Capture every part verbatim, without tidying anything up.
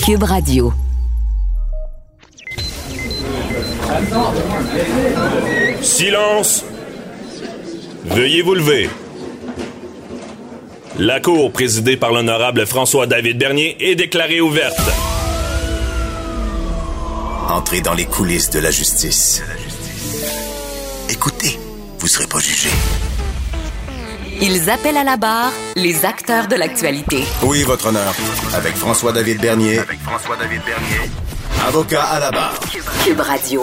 Cube Radio. Silence! Veuillez vous lever. La cour, présidée par l'honorable François-David Bernier, est déclarée ouverte. Entrez dans les coulisses de la justice. Écoutez, vous serez pas jugé. Ils appellent à la barre les acteurs de l'actualité. Oui, votre honneur. Avec François-David Bernier. Avec François-David Bernier. Avocat à la barre. Cube Radio.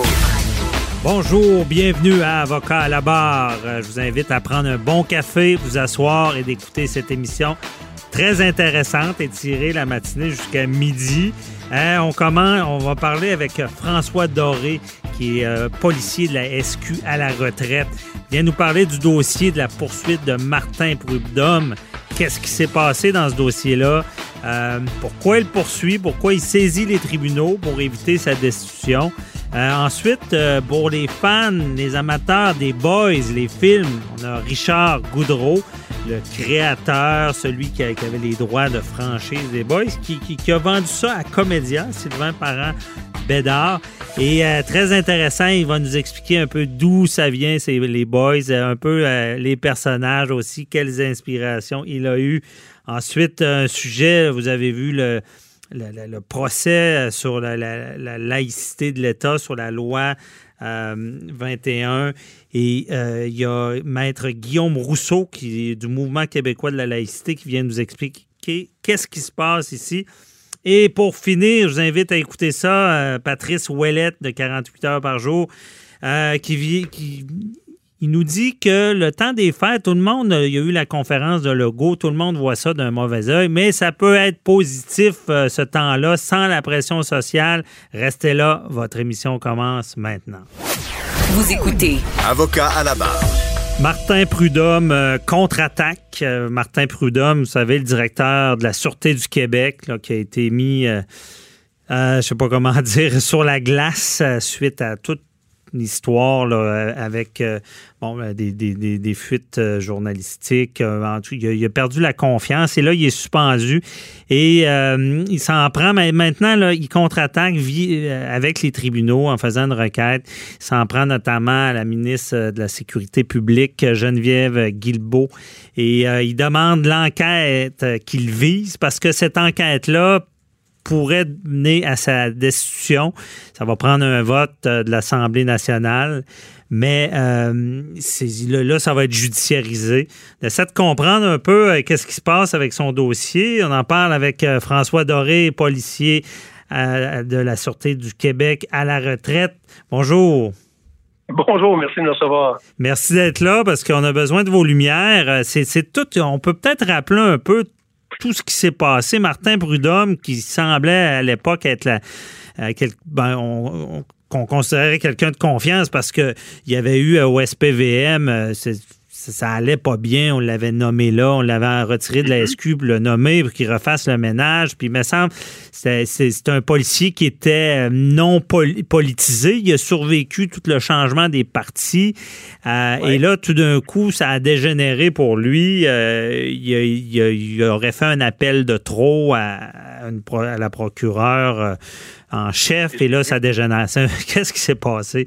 Bonjour, bienvenue à Avocat à la barre. Je vous invite à prendre un bon café, vous asseoir et d'écouter cette émission très intéressante et tirer la matinée jusqu'à midi. Euh, on commence, on va parler avec François Doré, qui est euh, policier de la S Q à la retraite. Il vient nous parler du dossier de la poursuite de Martin Prudhomme. Qu'est-ce qui s'est passé dans ce dossier-là? Euh, pourquoi il poursuit? Pourquoi il saisit les tribunaux pour éviter sa destitution? Euh, ensuite, euh, pour les fans, les amateurs des Boys, les films, on a Richard Goudreau, le créateur, celui qui, a, qui avait les droits de franchise des Boys, qui, qui, qui a vendu ça à Comédia, Sylvain Parent-Bédard. Et euh, très intéressant, il va nous expliquer un peu d'où ça vient, c'est les Boys, un peu euh, les personnages aussi, quelles inspirations il a eu. Ensuite, un sujet, vous avez vu le... Le, le, le procès sur la, la, la laïcité de l'État, sur la loi euh, vingt et un. Et euh, il y a Maître Guillaume Rousseau, qui est du Mouvement québécois de la laïcité, qui vient nous expliquer qu'est-ce qui se passe ici. Et pour finir, je vous invite à écouter ça, euh, Patrice Ouellette, de quarante-huit heures par jour, euh, qui vit... Qui, Il nous dit que le temps des fêtes, tout le monde, il y a eu la conférence de Legault, tout le monde voit ça d'un mauvais œil, mais ça peut être positif euh, ce temps-là, sans la pression sociale. Restez là, votre émission commence maintenant. Vous écoutez Avocat à la barre. Martin Prudhomme euh, contre-attaque. Euh, Martin Prudhomme, vous savez, le directeur de la Sûreté du Québec, là, qui a été mis, euh, euh, je ne sais pas comment dire, sur la glace euh, suite à toute l'histoire là, avec euh, bon, des, des, des, des fuites euh, journalistiques. Euh, en tout, il, a, il a perdu la confiance et là, il est suspendu. Et euh, il s'en prend. Mais maintenant, là, il contre-attaque via, euh, avec les tribunaux en faisant une requête. Il s'en prend notamment à la ministre de la Sécurité publique, Geneviève Guilbeault. Et euh, il demande l'enquête qu'il vise parce que cette enquête-là pourrait mener à sa destitution. Ça va prendre un vote de l'Assemblée nationale, mais euh, c'est, là, là, ça va être judiciarisé. D'essayer de comprendre un peu euh, qu'est-ce qui se passe avec son dossier. On en parle avec euh, François Doré, policier euh, de la Sûreté du Québec à la retraite. Bonjour. Bonjour, merci de nous recevoir. Merci d'être là parce qu'on a besoin de vos lumières. C'est, c'est tout. On peut peut-être rappeler un peu tout ce qui s'est passé. Martin Prudhomme, qui semblait à l'époque être la, euh, quel, ben, on, on, qu'on considérait quelqu'un de confiance parce qu'il y avait eu au S P V M, euh, c'est, ça allait pas bien, on l'avait nommé là, on l'avait retiré de la S Q pour le nommer pour qu'il refasse le ménage. Puis il me semble c'est, c'est, c'est un policier qui était non pol- politisé. Il a survécu tout le changement des partis. Euh, ouais. Et là, tout d'un coup, ça a dégénéré pour lui. Euh, il, a, il, a, il aurait fait un appel de trop à, à, une, à la procureure euh, en chef. Et là, ça dégénère. Qu'est-ce qui s'est passé?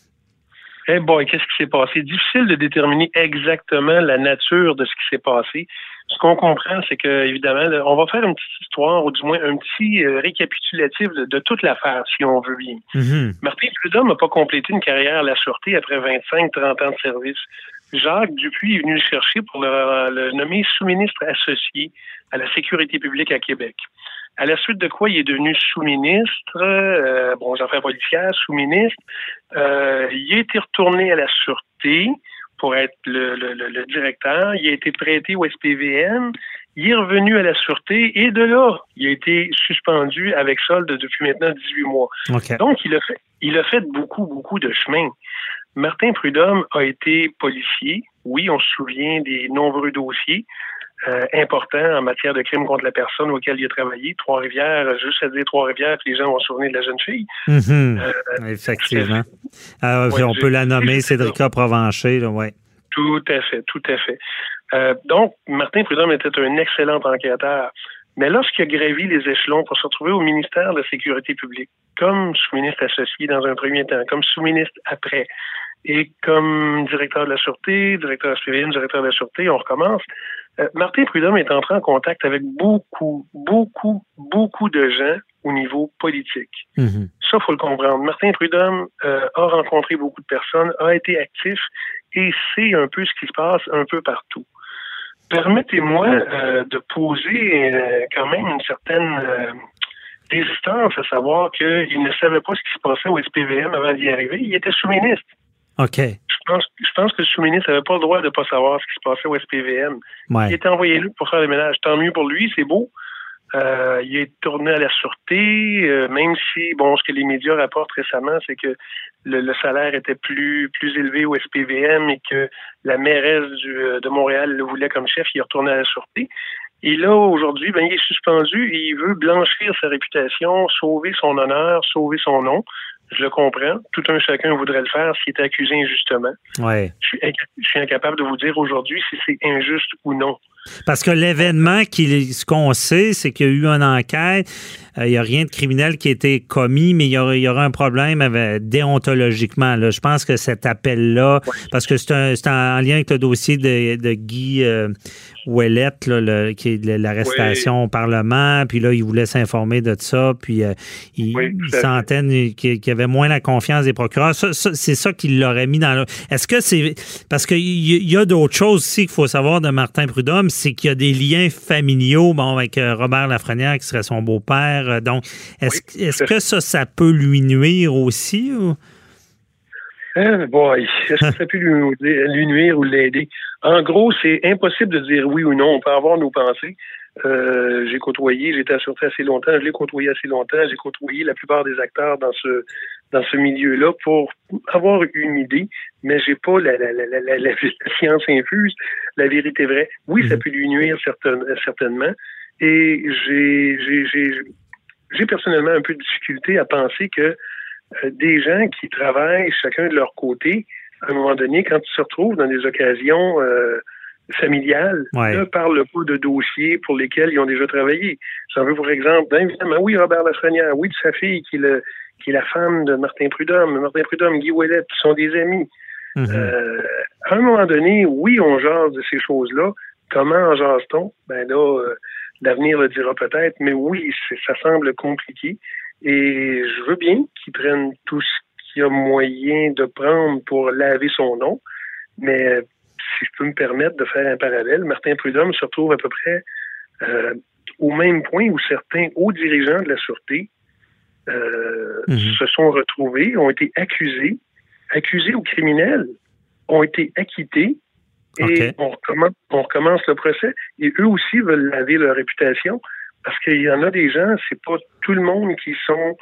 Eh hey boy, qu'est-ce qui s'est passé? Difficile de déterminer exactement la nature de ce qui s'est passé. Ce qu'on comprend, c'est que, évidemment, on va faire une petite histoire, ou du moins un petit euh, récapitulatif de, de toute l'affaire, si on veut bien. Mm-hmm. Martin Prudhomme n'a pas complété une carrière à la Sûreté après vingt-cinq trente ans de service. Jacques Dupuis est venu le chercher pour le, le nommer sous-ministre associé à la Sécurité publique à Québec. À la suite de quoi il est devenu sous-ministre, euh, bon, j'en fais policière, sous-ministre. Euh, il a été retourné à la Sûreté pour être le, le, le, le directeur. Il a été prêté au S P V M. Il est revenu à la Sûreté et de là, il a été suspendu avec solde depuis maintenant dix-huit mois. Okay. Donc, il a fait, il a fait beaucoup, beaucoup de chemin. Martin Prudhomme a été policier. Oui, on se souvient des nombreux dossiers. Euh, important en matière de crimes contre la personne auquel il a travaillé. Trois-Rivières, juste à dire Trois-Rivières, puis les gens vont se souvenir de la jeune fille. Mm-hmm. Euh, Effectivement. Euh, ouais, on peut la nommer Cédrica Provencher, là, ouais. Tout à fait, tout à fait. Euh, donc, Martin Prudhomme était un excellent enquêteur. Mais lorsqu'il a gravi les échelons pour se retrouver au ministère de la Sécurité publique, comme sous-ministre associé dans un premier temps, comme sous-ministre après, et comme directeur de la Sûreté, directeur de la S P V M, directeur de la Sûreté, on recommence. Euh, Martin Prudhomme est entré en contact avec beaucoup, beaucoup, beaucoup de gens au niveau politique. Mm-hmm. Ça, il faut le comprendre. Martin Prudhomme euh, a rencontré beaucoup de personnes, a été actif et sait un peu ce qui se passe un peu partout. Permettez-moi euh, de poser euh, quand même une certaine euh, résistance à savoir qu'il ne savait pas ce qui se passait au S P V M avant d'y arriver. Il était sous-ministre. OK. Je pense, je pense que le sous-ministre n'avait pas le droit de ne pas savoir ce qui se passait au S P V M. Ouais. Il était envoyé là pour faire le ménage. Tant mieux pour lui, c'est beau. Euh, il est tourné à la sûreté, euh, même si, bon, ce que les médias rapportent récemment, c'est que le, le salaire était plus plus élevé au S P V M et que la mairesse du, de Montréal le voulait comme chef, il est retourné à la sûreté. Et là, aujourd'hui, ben, il est suspendu et il veut blanchir sa réputation, sauver son honneur, sauver son nom. Je le comprends. Tout un chacun voudrait le faire s'il est accusé injustement. Ouais. Je suis, je suis incapable de vous dire aujourd'hui si c'est injuste ou non. Parce que l'événement, qui, ce qu'on sait, c'est qu'il y a eu une enquête. Euh, il n'y a rien de criminel qui a été commis, mais il y aura, il y aura un problème avec, déontologiquement. Là. Je pense que cet appel-là, ouais. parce que c'est, un, c'est en lien avec le dossier de, de Guy euh, Ouellette, là, le, qui est l'arrestation oui. au Parlement, puis là, il voulait s'informer de ça, puis euh, il, oui, il sentait qu'il, qu'il y avait moins la confiance des procureurs. Ça, ça, c'est ça qu'il l'aurait mis dans le... Est-ce que c'est... Parce qu'il y, y a d'autres choses aussi qu'il faut savoir de Martin Prudhomme, c'est qu'il y a des liens familiaux, bon, avec euh, Robert Lafrenière, qui serait son beau-père. Euh, donc, est-ce, oui, est-ce que ça, ça peut lui nuire aussi? Ou? Hein, boy, est-ce que ça peut lui, lui nuire ou l'aider? En gros, c'est impossible de dire oui ou non. On peut avoir nos pensées. Euh, j'ai côtoyé, j'étais à la Sûreté assez longtemps, je l'ai côtoyé assez longtemps, j'ai côtoyé la plupart des acteurs dans ce dans ce milieu-là pour avoir une idée, mais j'ai pas la, la, la, la, la, la science infuse, la vérité vraie. Oui, ça peut lui nuire certain, certainement, et j'ai, j'ai, j'ai, j'ai personnellement un peu de difficulté à penser que euh, des gens qui travaillent chacun de leur côté, à un moment donné, quand ils se retrouvent dans des occasions euh, familiales, ouais. ne parlent pas de dossiers pour lesquels ils ont déjà travaillé. J'en veux pour exemple, ben, évidemment, oui, Robert Lafrenière, oui, de sa fille qui est, le, qui est la femme de Martin Prudhomme, Martin Prudhomme, Guy Ouellette, qui sont des amis. Mm-hmm. Euh, à un moment donné, oui, on jase de ces choses-là. Comment en jase-t-on? Ben là, euh, l'avenir le dira peut-être, mais oui, c'est, ça semble compliqué. Et je veux bien qu'ils prennent tout ce qu'il y a moyen de prendre pour laver son nom, mais si je peux me permettre de faire un parallèle, Martin Prudhomme se retrouve à peu près euh, au même point où certains hauts dirigeants de la Sûreté euh, mm-hmm. se sont retrouvés, ont été accusés, accusés ou criminels, ont été acquittés, et okay. on, recommence, on recommence le procès, et eux aussi veulent laver leur réputation, parce qu'il y en a des gens, c'est pas tout le monde qui sont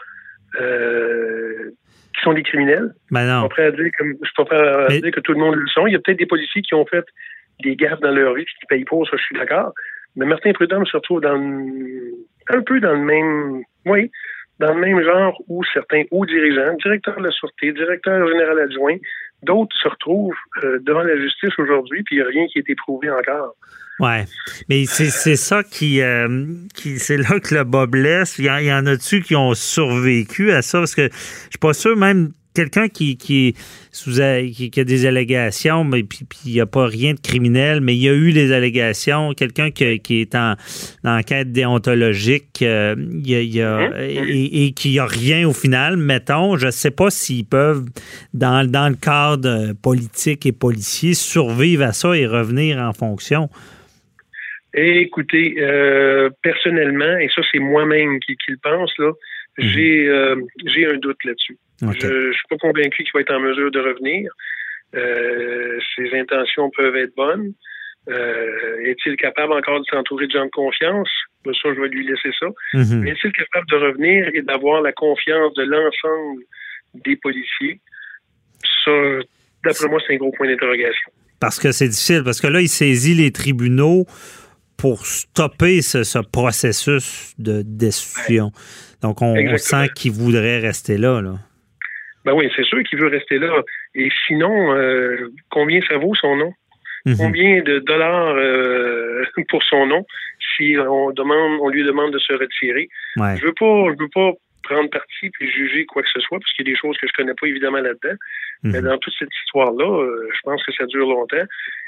euh, qui sont des criminels. Ben non. Je suis pas prêt à dire que, je suis pas prêt à Mais... dire que tout le monde le sont. Il y a peut-être des policiers qui ont fait des gaffes dans leur vie et qui payent pour, ça, je suis d'accord. Mais Martin Prudhomme se retrouve dans le, un peu dans le même, oui, dans le même genre où certains hauts dirigeants, directeurs de la Sûreté, directeur général adjoint, d'autres se retrouvent euh, devant la justice aujourd'hui, puis il n'y a rien qui a été prouvé encore. Ouais, mais c'est, c'est ça qui, euh, qui, c'est là que le bas blesse. Il y, en, il y en a-tu qui ont survécu à ça? Parce que je suis pas sûr, même quelqu'un qui, qui, sous, qui, qui a des allégations, mais puis il n'y a pas rien de criminel, mais il y a eu des allégations. Quelqu'un qui, qui est en, en enquête déontologique, euh, il y a, il y a, et, et qui n'a rien au final, mettons, je ne sais pas s'ils peuvent, dans, dans le cadre politique et policier, survivre à ça et revenir en fonction. Et écoutez, euh, personnellement, et ça c'est moi-même qui, qui le pense, là, mmh. j'ai, euh, j'ai un doute là-dessus. Okay. Je ne suis pas convaincu qu'il va être en mesure de revenir. Euh, ses intentions peuvent être bonnes. Euh, est-il capable encore de s'entourer de gens de confiance? Ça, je vais lui laisser ça. Mm-hmm. Mais est-il capable de revenir et d'avoir la confiance de l'ensemble des policiers? Ça, d'après moi, c'est un gros point d'interrogation. Parce que c'est difficile. Parce que là, il saisit les tribunaux pour stopper ce, ce processus de destitution. Donc, on, on sent qu'il voudrait rester là, là. Ben oui, c'est sûr qu'il veut rester là. Et sinon, euh, combien ça vaut son nom? Mm-hmm. Combien de dollars euh, pour son nom si on demande, on lui demande de se retirer. Ouais. Je veux pas, je veux pas prendre parti puis juger quoi que ce soit, parce qu'il y a des choses que je connais pas évidemment là-dedans. Mm-hmm. Mais dans toute cette histoire-là, euh, je pense que ça dure longtemps.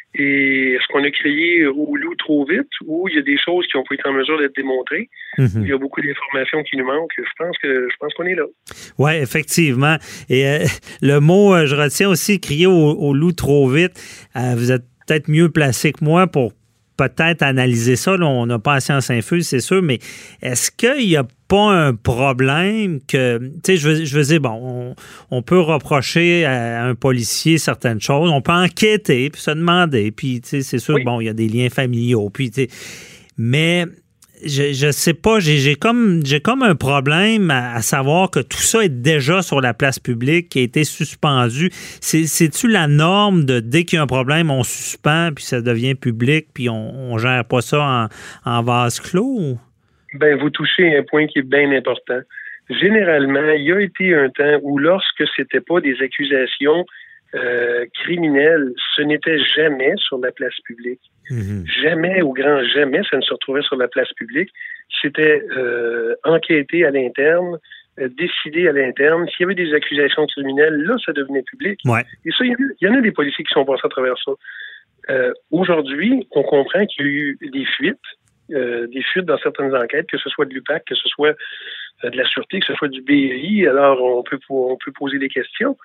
Et est-ce qu'on a créé au loup trop vite, ou il y a des choses qui ont pas été en mesure d'être démontrées? Mm-hmm. Il y a beaucoup d'informations qui nous manquent. Je pense que je pense qu'on est là. Oui, effectivement. Et euh, le mot, euh, je retiens aussi, crier au, au loup trop vite. Euh, vous êtes peut-être mieux placé que moi pour peut-être analyser ça. Là, on n'a pas la science infuse, c'est sûr, mais est-ce qu'il n'y a pas un problème que, tu sais, je veux, je veux dire, bon, on, on peut reprocher à un policier certaines choses, on peut enquêter, puis se demander, puis, tu sais, c'est sûr, oui. Bon, il y a des liens familiaux, puis, tu sais, mais je, je sais pas, j'ai, j'ai comme j'ai comme un problème à, à savoir que tout ça est déjà sur la place publique, qui a été suspendu. C'est, c'est-tu la norme de dès qu'il y a un problème, on suspend, puis ça devient public, puis on, on gère pas ça en, en vase clos? Ben, vous touchez un point qui est bien important. Généralement, il y a été un temps où lorsque c'était pas des accusations euh, criminelles, ce n'était jamais sur la place publique. Mmh. Jamais, au grand jamais, ça ne se retrouvait sur la place publique. C'était euh, enquêté à l'interne, euh, décidé à l'interne. S'il y avait des accusations criminelles, là, ça devenait public. Ouais. Et ça, il y, y en a des policiers qui sont passés à travers ça. Euh, aujourd'hui, on comprend qu'il y a eu des fuites, euh, des fuites dans certaines enquêtes, que ce soit de l'U P A C, que ce soit euh, de la Sûreté, que ce soit du B I I. Alors, on peut, on peut poser des questions.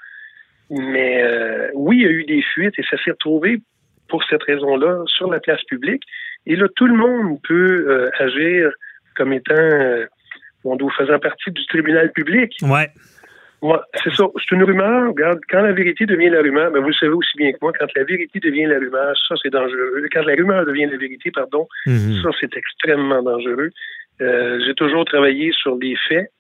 Mais euh, oui, il y a eu des fuites et ça s'est retrouvé pour cette raison-là, sur la place publique. Et là, tout le monde peut euh, agir comme étant, euh, bon, faisant partie du tribunal public. Ouais. Ouais, c'est ça. C'est une rumeur. Regarde, quand la vérité devient la rumeur, ben vous le savez aussi bien que moi, quand la vérité devient la rumeur, ça, c'est dangereux. Quand la rumeur devient la vérité, pardon, mm-hmm. ça, c'est extrêmement dangereux. Euh, j'ai toujours travaillé sur les faits.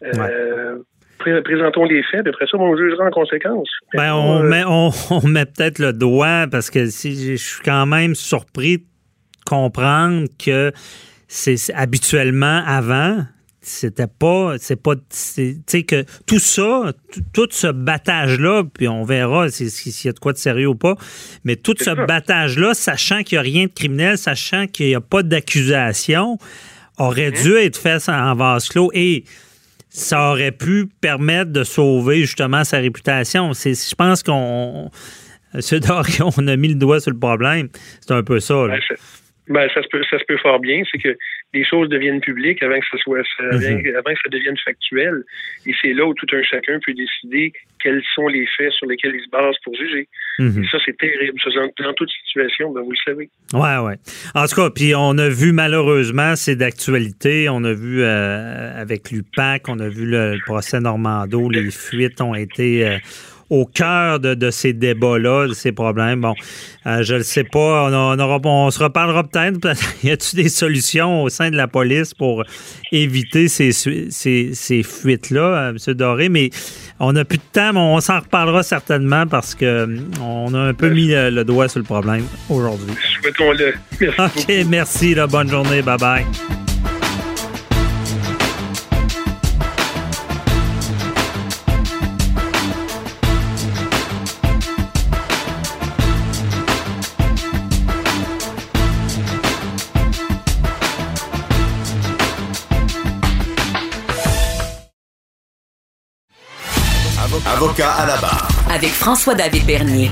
Euh, ouais. Présentons les faits, puis après ça, on jugera en conséquence. Ben, on, euh... met, on, on met peut-être le doigt, parce que si je suis quand même surpris de comprendre que c'est, c'est habituellement avant, c'était pas, c'est pas, tu sais, que tout ça, tout, tout ce battage-là, puis on verra s'il si, y a de quoi de sérieux ou pas, mais tout c'est ce ça. battage-là, sachant qu'il n'y a rien de criminel, sachant qu'il n'y a pas d'accusation, aurait mmh. dû être fait en vase clos. Et ça aurait pu permettre de sauver justement sa réputation. C'est, je pense qu'on... M. Dorion, on a mis le doigt sur le problème. C'est un peu ça, là. Ben, ça, ben, ça, se peut, ça se peut fort bien. C'est que les choses deviennent publiques avant que ça soit, ça, mm-hmm. avant que ça devienne factuel. Et c'est là où tout un chacun peut décider quels sont les faits sur lesquels il se base pour juger. Mm-hmm. Et ça, c'est terrible. Ça, dans, dans toute situation, ben, vous le savez. Ouais, ouais. En tout cas, puis on a vu malheureusement, c'est d'actualité. On a vu euh, avec l'U P A C, on a vu le, le procès Normando, les fuites ont été euh, au cœur de, de ces débats-là, de ces problèmes. Bon, euh, je ne sais pas, on, on, aura, on se reparlera peut-être. Y a-t-il des solutions au sein de la police pour éviter ces, ces, ces fuites-là, M. Doré? Mais on n'a plus de temps, mais on s'en reparlera certainement parce qu'on a un peu mis le, le doigt sur le problème aujourd'hui. Souhaitons-le. Merci OK, beaucoup. merci. Là, bonne journée. Bye-bye. Avocat à la barre. Avec François-David Bernier.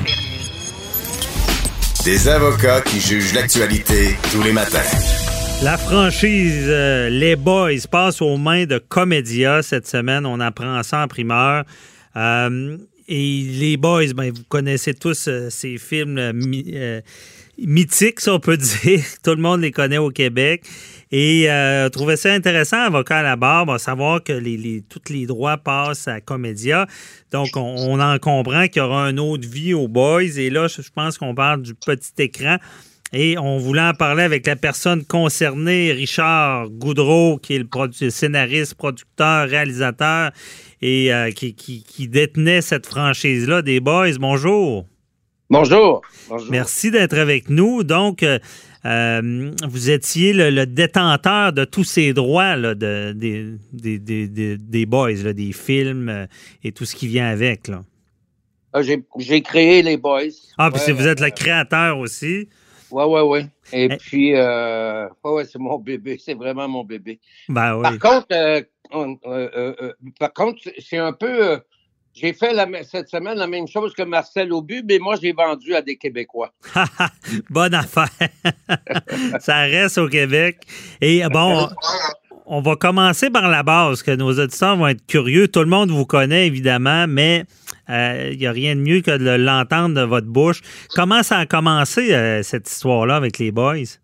Des avocats qui jugent l'actualité tous les matins. La franchise euh, Les Boys passe aux mains de Comédia cette semaine. On apprend ça en primeur. Euh, et Les Boys, ben, vous connaissez tous euh, ces films euh, mi- euh, mythiques, si on peut dire. Tout le monde les connaît au Québec. Et euh, trouvais ça intéressant, avocat à la barre, bon, savoir que les, les, tous les droits passent à Comédia. Donc, on, on en comprend qu'il y aura une autre vie aux Boys. Et là, je, je pense qu'on parle du petit écran. Et on voulait en parler avec la personne concernée, Richard Goudreau, qui est le produ- scénariste, producteur, réalisateur et euh, qui, qui, qui détenait cette franchise-là des Boys. Bonjour. Bonjour. Bonjour. Merci d'être avec nous. Donc, euh, euh, vous étiez le, le détenteur de tous ces droits là, de, des, des, des, des, des Boys, là, des films euh, et tout ce qui vient avec. Là. Ah, j'ai, j'ai créé les Boys. Ah, puis ouais, vous êtes euh, le créateur aussi. Ouais, ouais, ouais. Et Eh. puis, euh, ouais, ouais, c'est mon bébé. C'est vraiment mon bébé. Ben oui. Par contre, euh, on- euh, euh, euh, par contre, c'est- c'est un peu. euh, j'ai fait la, m- cette semaine la même chose que Marcel Aubu, mais moi, j'ai vendu à des Québécois. Bonne affaire. Ça reste au Québec. Et bon, on va commencer par la base, que nos auditeurs vont être curieux. Tout le monde vous connaît, évidemment, mais il n'y a rien de mieux que de l'entendre de votre bouche. Comment ça a commencé, euh, cette histoire-là, avec les boys?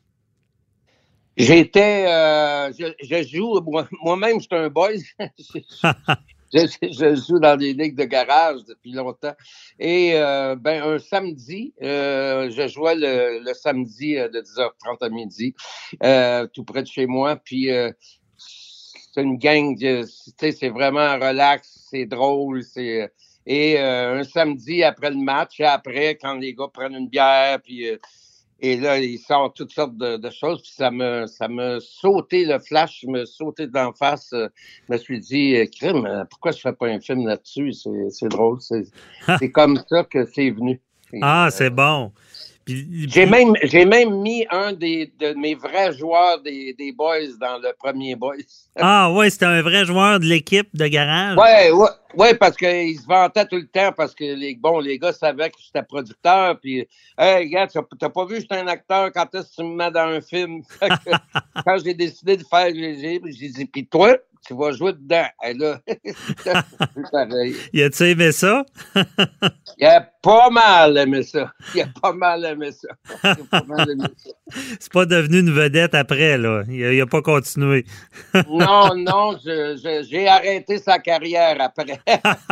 J'étais. Euh, je, je joue. moi- Moi-même, je suis un boy. je, je joue dans des ligues de garage depuis longtemps. Et euh, ben, un samedi, euh, je jouais le, le samedi euh, de dix heures trente à midi, euh, tout près de chez moi. Puis euh, c'est une gang, de- tu sais, c'est vraiment relax, c'est drôle. c'est Et euh, un samedi après le match, et après, quand les gars prennent une bière, puis euh, et là, ils sortent toutes sortes de, de choses. Puis ça me, ça me sauté le flash, me sauté d'en face. Euh, je me suis dit, euh, crime, euh, pourquoi je fais pas un film là-dessus? C'est, c'est drôle. C'est, c'est comme ça que c'est venu. Et, Ah, euh, c'est bon. Puis- j'ai même, j'ai même mis un des, de mes vrais joueurs des, des Boys dans le premier Boys. Ah, ouais, c'était un vrai joueur de l'équipe de garage. Ouais, ouais, ouais, parce qu'il se vantait tout le temps parce que les, bon, les gars savaient que j'étais producteur. Puis, hey, gars, t'as, t'as pas vu que j'étais un acteur quand est-ce que tu me mets dans un film? Fait que, quand j'ai décidé de faire G G, j'ai dit, puis toi, tu vas jouer dedans. Et là, c'est pareil. Y a-tu aimé ça? Il a pas mal aimé ça. Il a pas mal aimé ça. Il a pas mal aimé ça. C'est pas devenu une vedette après, là. Il a, il a pas continué. Non, non, je, je, j'ai arrêté sa carrière après.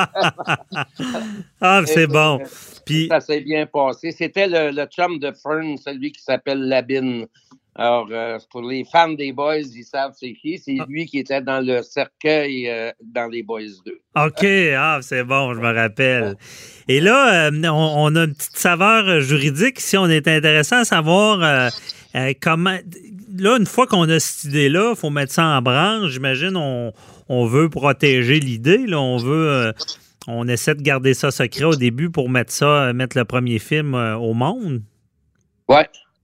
Ah, c'est Et, bon. euh, Puis, Ça s'est bien passé. C'était le, le chum de Fern, celui qui s'appelle Labine. Alors, euh, pour les fans des Boys, ils savent c'est qui. C'est lui qui était dans le cercueil euh, dans les Boys deux. OK, ah, c'est bon, je me rappelle. Et là, euh, on, on a une petite saveur juridique. Si on est intéressant à savoir euh, euh, comment... Là, une fois qu'on a cette idée-là, il faut mettre ça en branche. J'imagine on, on veut protéger l'idée. Là, on veut... Euh, on essaie de garder ça secret au début pour mettre ça, mettre le premier film euh, au monde. Ouais.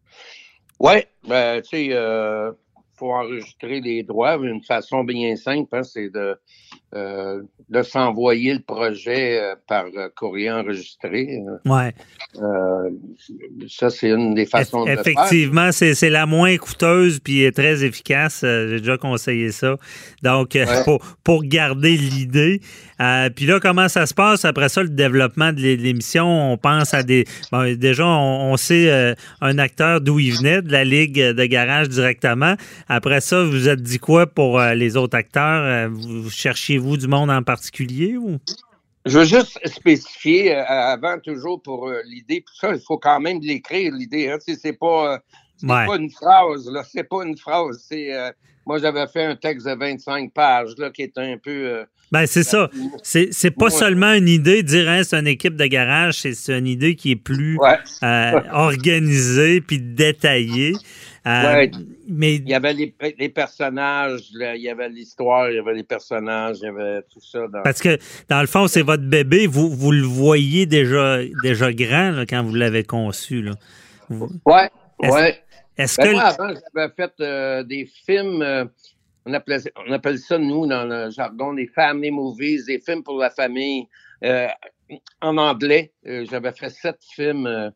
Ouais, ben, tu sais, euh, faut enregistrer les droits d'une façon bien simple, hein, c'est de, euh, de s'envoyer le projet euh, par euh, courrier enregistré. Ouais. Euh, ça, c'est une des façons Eff- de le faire. Effectivement, c'est, c'est la moins coûteuse puis très efficace. Euh, j'ai déjà conseillé ça. Donc, euh, Ouais. pour, pour garder l'idée. Euh, puis là, comment ça se passe après ça, le développement de l'é- l'émission? On pense à des... Bon, déjà, on, on sait euh, un acteur d'où il venait, de la Ligue de garage directement. Après ça, vous vous êtes dit quoi pour euh, les autres acteurs? Euh, vous cherchiez-vous du monde en particulier? Ou? Je veux juste spécifier euh, avant toujours pour euh, l'idée, puis ça, il faut quand même l'écrire, l'idée. Hein, c'est, c'est pas, euh, c'est Ouais. pas une phrase, là. C'est pas une phrase. C'est, euh, moi, j'avais fait un texte de vingt-cinq pages, là, qui est un peu. Euh, Ben, c'est ça. C'est, c'est pas Ouais. seulement une idée, dire hein, c'est une équipe de garage, c'est, c'est une idée qui est plus ouais. euh, organisée puis détaillée. Euh, Ouais. Mais Il y avait les, les personnages, là, il y avait l'histoire, il y avait les personnages, il y avait tout ça. Dans... parce que, dans le fond, c'est votre bébé, vous, vous le voyez déjà, déjà grand là, quand vous l'avez conçu. Là. Vous- Ouais, Est-ce- ouais. Est-ce Ben, que... moi, avant, j'avais fait euh, des films, euh, on, appelait, on appelle ça, nous, dans le jargon, des family movies, des films pour la famille, euh, en anglais. Euh, j'avais fait sept films euh,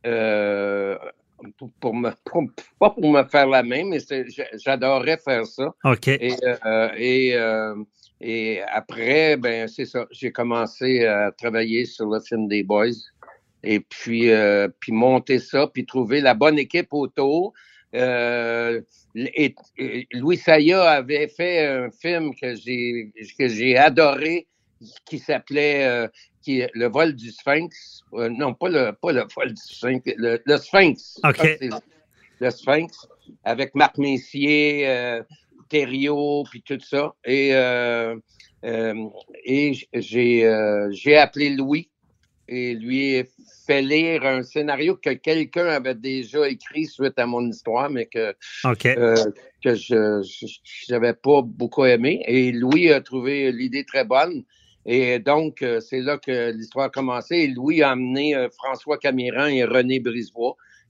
euh, pour, pour me, pour- pas pour me faire la main, mais c'est- j'adorais faire ça. OK. Et, euh, et, euh, et après, ben c'est ça, j'ai commencé à travailler sur le film des Boys. Et puis, euh, puis monter ça, puis trouver la bonne équipe autour. Euh, et, et Louis Saya avait fait un film que j'ai que j'ai adoré, qui s'appelait euh, qui, Le vol du Sphinx. Euh, non, pas le pas le vol du Sphinx, le, le Sphinx. OK. Ça, c'est le Sphinx, avec Marc Messier, euh, Thériault, puis tout ça. Et, euh, euh, et j'ai euh, j'ai appelé Louis et lui ai fait lire un scénario que quelqu'un avait déjà écrit suite à mon histoire, mais que, OK. euh, que je n'avais pas beaucoup aimé. Et Louis a trouvé l'idée très bonne. Et donc, euh, c'est là que l'histoire a commencé. Et Louis a amené euh, François Camiran et René Brisebois,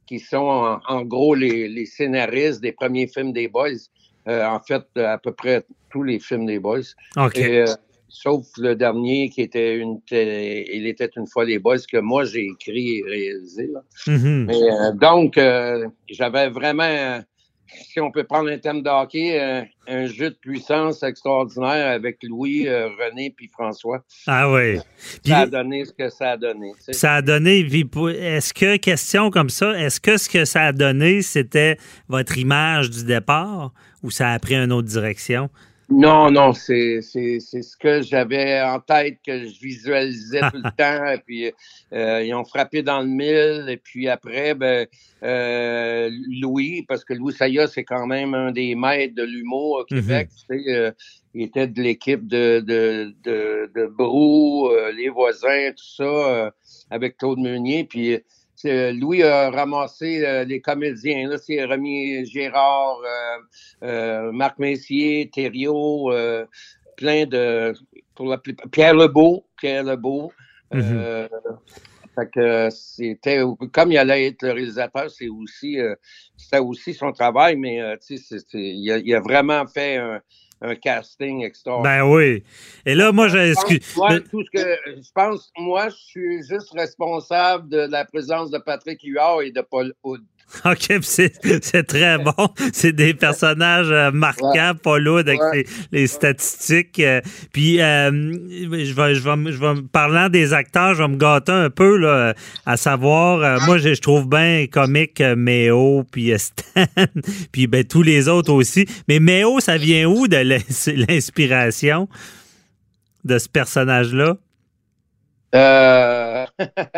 qui sont en, en gros les, les scénaristes des premiers films des Boys. Euh, en fait, à peu près tous les films des Boys. OK. Et, euh, sauf le dernier qui était une il était une fois les Boys que moi j'ai écrit et réalisé. Là. Mm-hmm. Mais, euh, donc, euh, j'avais vraiment, si on peut prendre un thème de hockey, euh, un jeu de puissance extraordinaire avec Louis, euh, René puis François. Ah oui. Puis, ça a donné ce que ça a donné. Tu sais. Ça a donné. Est-ce que, question comme ça, est-ce que ce que ça a donné, c'était votre image du départ ou ça a pris une autre direction? Non, non, c'est, c'est, c'est ce que j'avais en tête, que je visualisais tout le temps. Et puis, euh, ils ont frappé dans le mille. Et puis après, ben, euh, Louis, parce que Louis Saya, c'est quand même un des maîtres de l'humour au Québec. Mm-hmm. Tu sais, euh, il était de l'équipe de, de, de, de Brou, euh, Les Voisins, tout ça, euh, avec Claude Meunier. Puis, C'est, Louis a ramassé euh, les comédiens. Là, c'est Rémi Gérard, euh, euh, Marc Messier, Thériault, euh, plein de... Pour la plupart, Pierre Lebeau, Pierre Lebeau. Mm-hmm. Euh, fait que c'était... Comme il allait être le réalisateur, c'est aussi, euh, c'était aussi son travail, mais euh, tu sais, c'est, c'est, il, a, il a vraiment fait un... un casting extraordinaire. Ben oui. Et là, moi, j'ai... Moi, tout ce que je pense, moi, je suis juste responsable de la présence de Patrick Huard et de Paul Hood. OK, c'est, c'est très bon. C'est des personnages euh, marquants, ouais. Paul Hood, avec ouais. les, les statistiques. Euh, puis, euh, je vais, je vais, je vais, parlant des acteurs, je vais me gâter un peu, là, à savoir, euh, moi, je, je trouve bien comique euh, Méo, puis euh, Stan, puis ben, tous les autres aussi. Mais Méo, ça vient où de l'inspiration de ce personnage-là? Euh...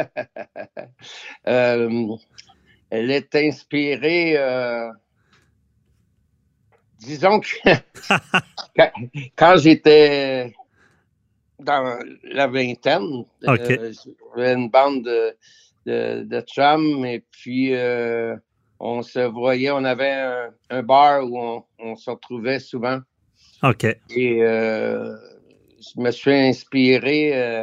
euh... Elle est inspirée, euh, disons que quand, quand j'étais dans la vingtaine, okay. euh, j'avais une bande de, de, de chums et puis euh, on se voyait, on avait un, un bar où on, on se retrouvait souvent. OK. Et euh, je me suis inspiré... Euh,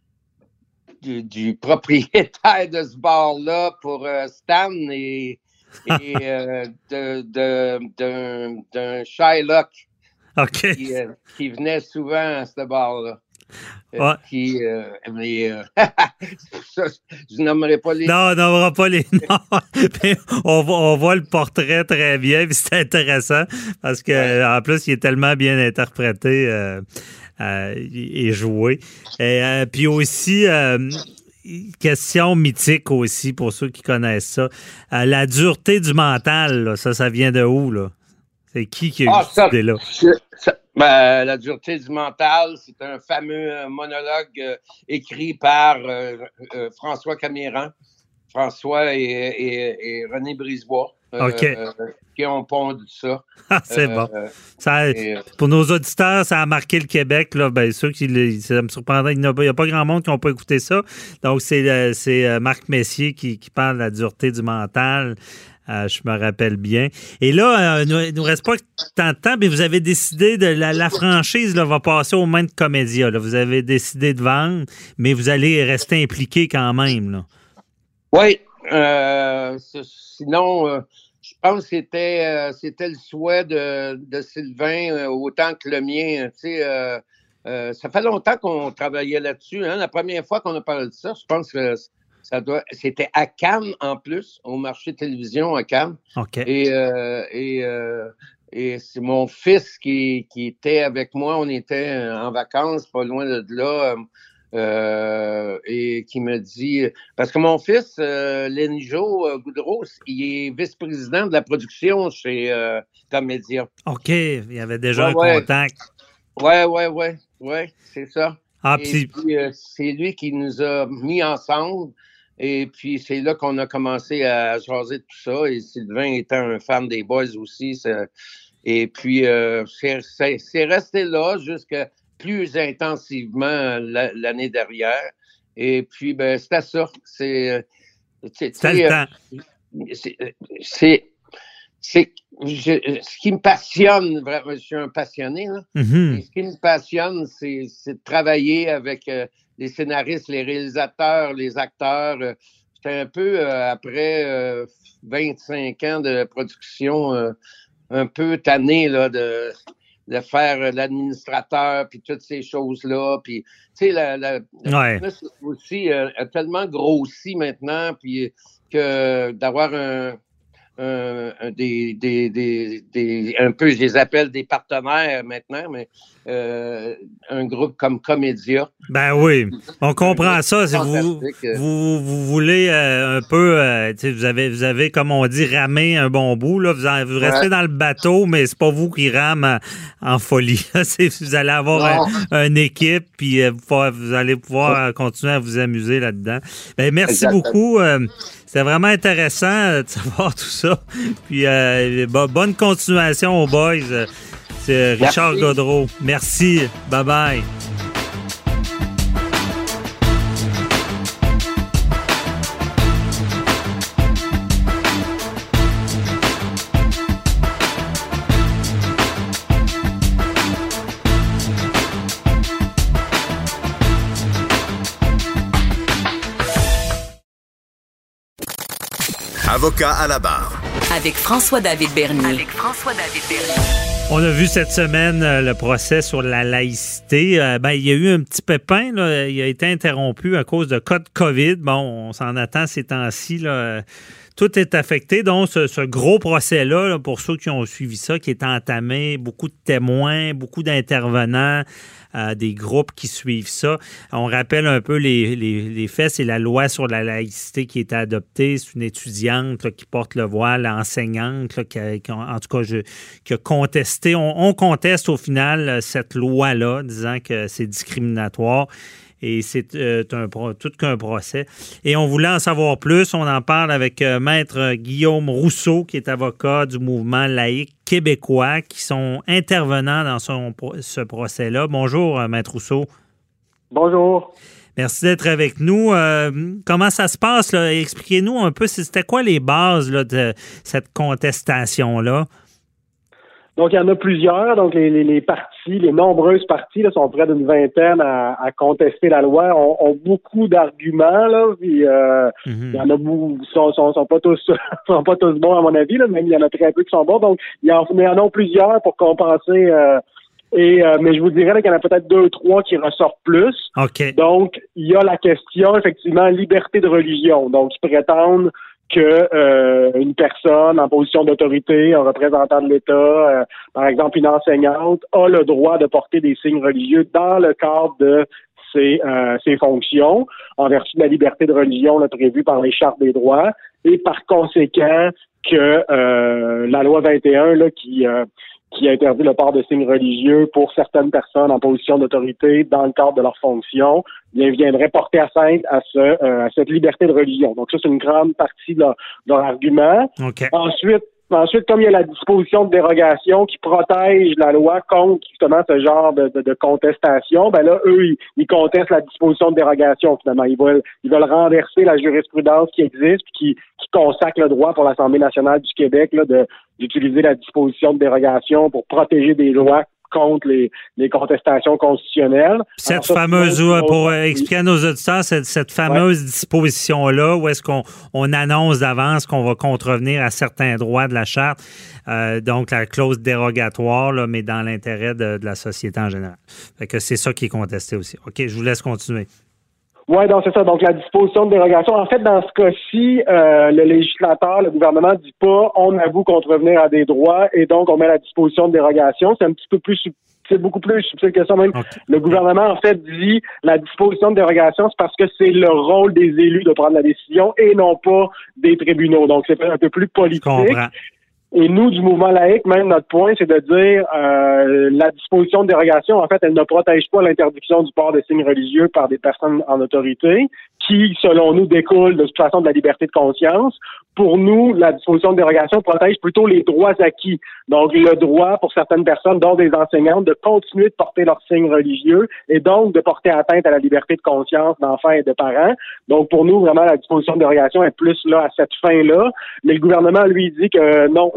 Du, du propriétaire de ce bar-là pour euh, Stan et, et euh, de, de, d'un, d'un Shylock okay. qui, euh, qui venait souvent à ce bar-là. Euh, ouais. Qui, euh, mais, euh, ça, je nommerai pas les Non, on nommera pas les noms. on, voit, on voit le portrait très bien, puis c'est intéressant parce que ouais. En plus, il est tellement bien interprété. Euh, Euh, et jouer. Et, euh, puis aussi, euh, question mythique aussi, pour ceux qui connaissent ça. Euh, la dureté du mental, là, ça, ça vient de où, là? C'est qui qui a ah, eu cette idée-là? Ben, la dureté du mental, c'est un fameux monologue euh, écrit par euh, euh, François Camiran, François et, et, et René Brisebois. Euh, OK. Euh, qui ont pondu ça. Ah, c'est euh, bon. Ça, et, pour nos auditeurs, ça a marqué le Québec. Là. Bien sûr, qu'il, ça me surprendrait. Il n'y a, a pas grand monde qui n'a pas écouté ça. Donc, c'est, c'est Marc Messier qui, qui parle de la dureté du mental. Euh, je me rappelle bien. Et là, euh, il ne nous reste pas tant de temps, mais vous avez décidé de la, la franchise là, va passer aux mains de Comédia. Là. Vous avez décidé de vendre, mais vous allez rester impliqué quand même. Là. Oui. Euh, sinon... Euh, Je pense que c'était, euh, c'était le souhait de, de Sylvain euh, autant que le mien. Tu sais, euh, euh, ça fait longtemps qu'on travaillait là-dessus. Hein. La première fois qu'on a parlé de ça, je pense que ça doit, c'était à Cannes en plus, au marché de télévision à Cannes. Okay. Et, euh, et, euh, et c'est mon fils qui, qui était avec moi. On était en vacances, pas loin de là. Euh, et qui me dit... Parce que mon fils, euh, Lenjo euh, Goudreau, il est vice-président de la production chez euh, Comédia. OK, il y avait déjà ouais, un ouais. contact. Oui, oui, oui, oui, c'est ça. Ah, et puis, puis euh, c'est lui qui nous a mis ensemble. Et puis, c'est là qu'on a commencé à jaser de tout ça. Et Sylvain étant un fan des Boys aussi. Ça... Et puis, euh, c'est, c'est, c'est resté là jusqu'à... plus intensivement l'année dernière. Et puis, ben, c'était ça. C'est, c'est, c'était le temps. C'est, c'est, c'est je, ce qui me passionne, vraiment, je suis un passionné, là. Mm-hmm. Et ce qui me passionne, c'est, c'est de travailler avec euh, les scénaristes, les réalisateurs, les acteurs. Euh, j'étais un peu, euh, après euh, vingt-cinq ans de production, euh, un peu tanné là, de, de faire l'administrateur, puis toutes ces choses-là. Puis, tu sais, la, la, ouais. la aussi euh, a tellement grossi maintenant, puis que d'avoir un... Euh, des, des, des, des, un peu, je les appelle des partenaires maintenant, mais euh, un groupe comme Comédia. Ben oui, on comprend ça. Si vous, vous, vous voulez euh, un peu, euh, vous avez, vous avez, comme on dit, ramé un bon bout. Là, vous, en, vous restez ouais. dans le bateau, mais c'est pas vous qui rame en, en folie. C'est, vous allez avoir un, une équipe, puis euh, vous, vous allez pouvoir continuer à vous amuser là-dedans. Ben, merci Exactement. beaucoup. Euh, C'était vraiment intéressant de savoir tout ça. Puis euh, bonne continuation aux boys. C'est Richard Merci. Gaudreault. Merci. Bye-bye. Avocat à la barre. Avec François-David Bernier. Avec François-David Bernier. On a vu cette semaine euh, le procès sur la laïcité. Euh, ben, il y a eu un petit pépin, là. Il a été interrompu à cause de cas de COVID. Bon, on s'en attend ces temps-ci, là. Tout est affecté. Donc, ce, ce gros procès-là, là, pour ceux qui ont suivi ça, qui est entamé, beaucoup de témoins, beaucoup d'intervenants, euh, des groupes qui suivent ça. On rappelle un peu les, les, les faits. C'est la loi sur la laïcité qui est adoptée. C'est une étudiante là, qui porte le voile, enseignante, là, qui, a, qui a, en tout cas, je, qui a contesté. On, on conteste au final cette loi-là, disant que c'est discriminatoire. Et c'est euh, un, tout qu'un procès. Et on voulait en savoir plus. On en parle avec euh, Maître Guillaume Rousseau, qui est avocat du mouvement laïque québécois, qui sont intervenants dans son, ce procès-là. Bonjour, euh, Maître Rousseau. Bonjour. Merci d'être avec nous. Euh, comment ça se passe, là? Expliquez-nous un peu, c'était quoi les bases là, de cette contestation-là? Donc, il y en a plusieurs. Donc, les, les, les partis, les nombreuses parties là, sont près d'une vingtaine à, à contester la loi, ont, ont beaucoup d'arguments. Là, puis, euh, mm-hmm. il y en a beaucoup, sont, sont, sont pas tous, sont pas tous bons à mon avis. Là, même il y en a très peu qui sont bons. Donc, il y en, il y en a plusieurs pour compenser. Euh, et euh, mais je vous dirais là, qu'il y en a peut-être deux, trois qui ressortent plus. Okay. Donc, il y a la question effectivement liberté de religion. Donc, ils prétendent que euh, une personne en position d'autorité, un représentant de l'État, euh, par exemple une enseignante, a le droit de porter des signes religieux dans le cadre de ses, euh, ses fonctions, en vertu de la liberté de religion là, prévue par les chartes des droits, et par conséquent que euh, la loi vingt et un là, qui euh, qui interdit le port de signes religieux pour certaines personnes en position d'autorité dans le cadre de leur fonction, bien, viendrait porter atteinte à, ce, euh, à cette liberté de religion. Donc ça, c'est une grande partie de leur, de leur argument. Okay. Ensuite, Ensuite, comme il y a la disposition de dérogation qui protège la loi contre justement ce genre de, de, de contestation, ben là, eux, ils, ils contestent la disposition de dérogation finalement. Ils veulent, ils veulent renverser la jurisprudence qui existe puis qui, qui consacre le droit pour l'Assemblée nationale du Québec là, de, d'utiliser la disposition de dérogation pour protéger des lois contre les, les contestations constitutionnelles. Cette Alors, fameuse, ça, pour euh, expliquer à nos auditeurs, cette, cette fameuse ouais. disposition-là, où est-ce qu'on on annonce d'avance qu'on va contrevenir à certains droits de la Charte, euh, donc la clause dérogatoire, là, mais dans l'intérêt de, de la société en général. Fait que c'est ça qui est contesté aussi. OK, je vous laisse continuer. Oui, donc c'est ça. Donc la disposition de dérogation. En fait, dans ce cas-ci, euh, le législateur, le gouvernement dit pas on avoue contrevenir à des droits et donc on met la disposition de dérogation. C'est un petit peu plus c'est beaucoup plus subtil que ça même. Okay. Le gouvernement, en fait, dit la disposition de dérogation, c'est parce que c'est le rôle des élus de prendre la décision et non pas des tribunaux. Donc c'est un peu plus politique. Et nous, du mouvement laïque, même notre point, c'est de dire euh, la disposition de dérogation, en fait, elle ne protège pas l'interdiction du port de signes religieux par des personnes en autorité, qui, selon nous, découle de toute façon de la liberté de conscience. Pour nous, la disposition de dérogation protège plutôt les droits acquis. Donc, le droit pour certaines personnes, dont des enseignantes, de continuer de porter leurs signes religieux et donc de porter atteinte à la liberté de conscience d'enfants et de parents. Donc, pour nous, vraiment, la disposition de dérogation est plus là à cette fin-là. Mais le gouvernement, lui, dit que non,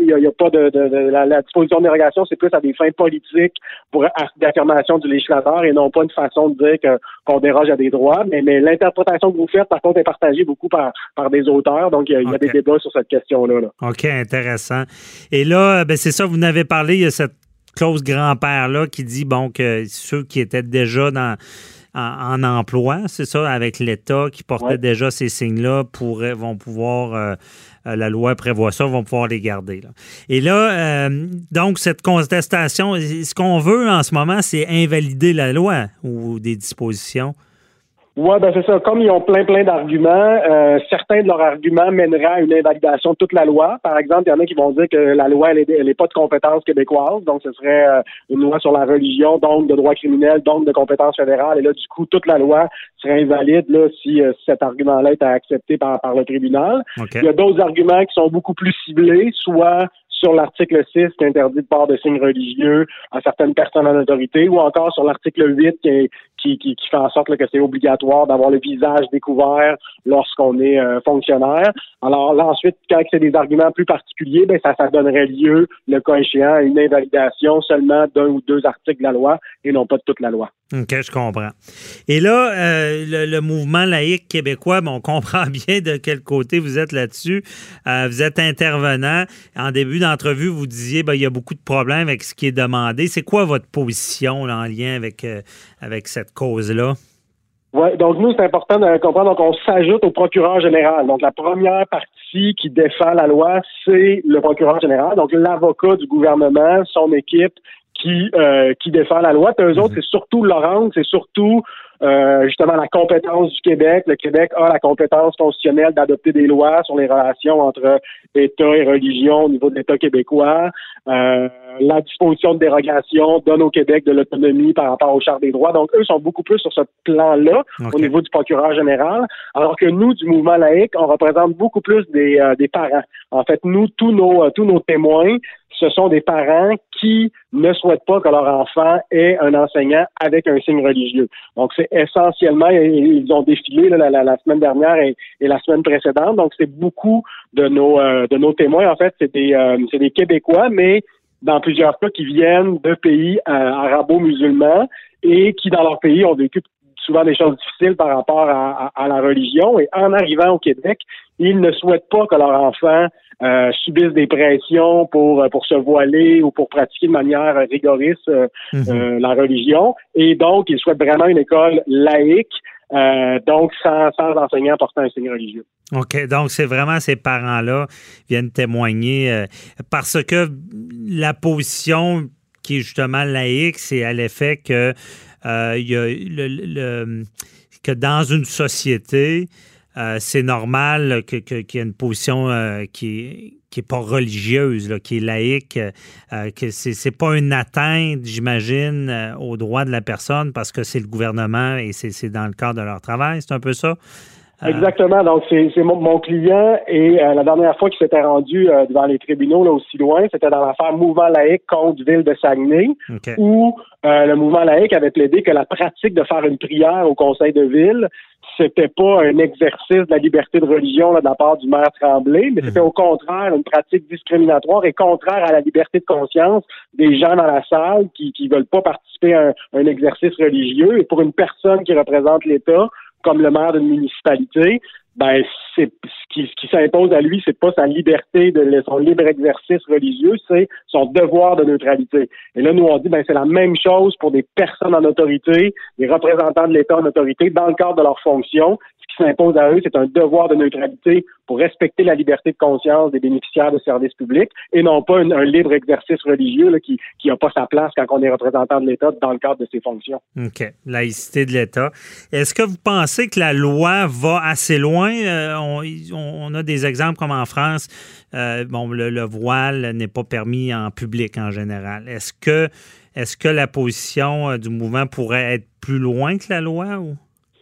il n'y a, a pas de, de, de la, la disposition de dérogation, c'est plus à des fins politiques pour d'affirmation du législateur et non pas une façon de dire que, qu'on déroge à des droits. Mais, mais l'interprétation que vous faites, par contre, est partagée beaucoup par, par des auteurs. Donc, il y a, il y a okay. des débats sur cette question-là. Là. OK, intéressant. Et là, ben c'est ça, vous n'avez parlé, il y a cette clause grand-père-là qui dit, bon, que ceux qui étaient déjà dans... En, en emploi, c'est ça, avec l'État qui portait ouais. déjà ces signes-là, pourraient, vont pouvoir, euh, la loi prévoit ça, vont pouvoir les garder. Là. Et là, euh, donc, cette contestation, ce qu'on veut en ce moment, c'est invalider la loi ou des dispositions. Oui, ben c'est ça. Comme ils ont plein, plein d'arguments, euh, certains de leurs arguments mèneraient à une invalidation de toute la loi. Par exemple, il y en a qui vont dire que la loi, elle est, elle est pas de compétence québécoise, donc ce serait euh, une loi sur la religion, donc de droit criminel, donc de compétence fédérale. Et là, du coup, toute la loi serait invalide là si, euh, si cet argument-là est accepté par, par le tribunal. Okay. Il y a d'autres arguments qui sont beaucoup plus ciblés, soit sur l'article six qui interdit le port de signes religieux à certaines personnes en autorité, ou encore sur l'article huit qui, qui, qui, qui fait en sorte là, que c'est obligatoire d'avoir le visage découvert lorsqu'on est euh, fonctionnaire. Alors là, ensuite, quand c'est des arguments plus particuliers, ben ça, ça donnerait lieu, le cas échéant, à une invalidation seulement d'un ou deux articles de la loi et non pas de toute la loi. OK, je comprends. Et là, euh, le, le mouvement laïque québécois, bon, on comprend bien de quel côté vous êtes là-dessus. Euh, vous êtes intervenant. En début d'entrevue, vous disiez ben, il y a beaucoup de problèmes avec ce qui est demandé. C'est quoi votre position là, en lien avec, euh, avec cette cause-là? Oui, donc nous, c'est important de comprendre qu'on s'ajoute au procureur général. Donc, la première partie qui défend la loi, c'est le procureur général, donc l'avocat du gouvernement, son équipe, qui euh, qui défend la loi. Puis eux autres, c'est surtout Laurent, c'est surtout euh, justement la compétence du Québec. Le Québec a la compétence constitutionnelle d'adopter des lois sur les relations entre État et religion au niveau de l'État québécois. Euh, la disposition de dérogation donne au Québec de l'autonomie par rapport aux chartes des droits. Donc, eux sont beaucoup plus sur ce plan-là, okay. au niveau du procureur général, alors que nous, du mouvement laïque, on représente beaucoup plus des, euh, des parents. En fait, nous, tous nos, euh, tous nos témoins, ce sont des parents qui ne souhaitent pas que leur enfant ait un enseignant avec un signe religieux. Donc, c'est essentiellement, ils ont défilé là, la, la, la semaine dernière et, et la semaine précédente. Donc, c'est beaucoup de nos euh, de nos témoins. En fait, c'est des, euh, c'est des Québécois, mais dans plusieurs cas qui viennent de pays euh, arabo-musulmans et qui, dans leur pays, ont vécu souvent des choses difficiles par rapport à, à, à la religion. Et en arrivant au Québec, ils ne souhaitent pas que leur enfant euh, subissent des pressions pour pour se voiler ou pour pratiquer de manière rigoriste euh, mm-hmm. euh, la religion. Et donc, ils souhaitent vraiment une école laïque, euh, donc sans, sans enseignants portant un signe religieux. OK, donc c'est vraiment ces parents-là qui viennent témoigner euh, parce que la position qui est justement laïque, c'est à l'effet que euh, il y a le, le, que dans une société, Euh, c'est normal que, que, qu'il y ait une position euh, qui est, qui est pas religieuse, là, qui est laïque, euh, que c'est, c'est pas une atteinte, j'imagine, euh, aux droits de la personne parce que c'est le gouvernement et c'est, c'est dans le cadre de leur travail. C'est un peu ça? Euh... Exactement. Donc, c'est, c'est mon, mon client et euh, la dernière fois qu'il s'était rendu euh, devant les tribunaux, là, aussi loin, c'était dans l'affaire Mouvement laïque contre Ville de Saguenay, okay. où euh, le Mouvement laïque avait plaidé que la pratique de faire une prière au conseil de ville, c'était pas un exercice de la liberté de religion là, de la part du maire Tremblay, mais c'était au contraire une pratique discriminatoire et contraire à la liberté de conscience des gens dans la salle qui qui veulent pas participer à un, un exercice religieux. Et pour une personne qui représente l'État, comme le maire d'une municipalité, ben c'est ce qui, ce qui s'impose à lui, c'est pas sa liberté de son libre exercice religieux, c'est son devoir de neutralité. Et là, nous on dit ben c'est la même chose pour des personnes en autorité, des représentants de l'État en autorité, dans le cadre de leur fonction. Ce qui s'impose à eux, c'est un devoir de neutralité pour respecter la liberté de conscience des bénéficiaires de services publics et non pas un, un libre exercice religieux là, qui qui n'a pas sa place quand on est représentant de l'État dans le cadre de ses fonctions. OK. Laïcité de l'État. Est-ce que vous pensez que la loi va assez loin? Euh, on, on a des exemples comme en France, euh, bon, le, le voile n'est pas permis en public en général. Est-ce que, est-ce que la position du mouvement pourrait être plus loin que la loi ou?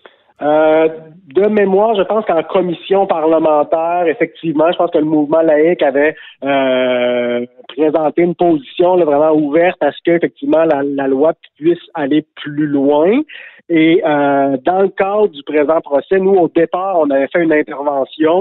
Euh, de mémoire, je pense qu'en commission parlementaire, effectivement, je pense que le mouvement laïque avait euh, présenté une position là, vraiment ouverte à ce que effectivement la, la loi puisse aller plus loin. Et euh, dans le cadre du présent procès, nous, au départ, on avait fait une intervention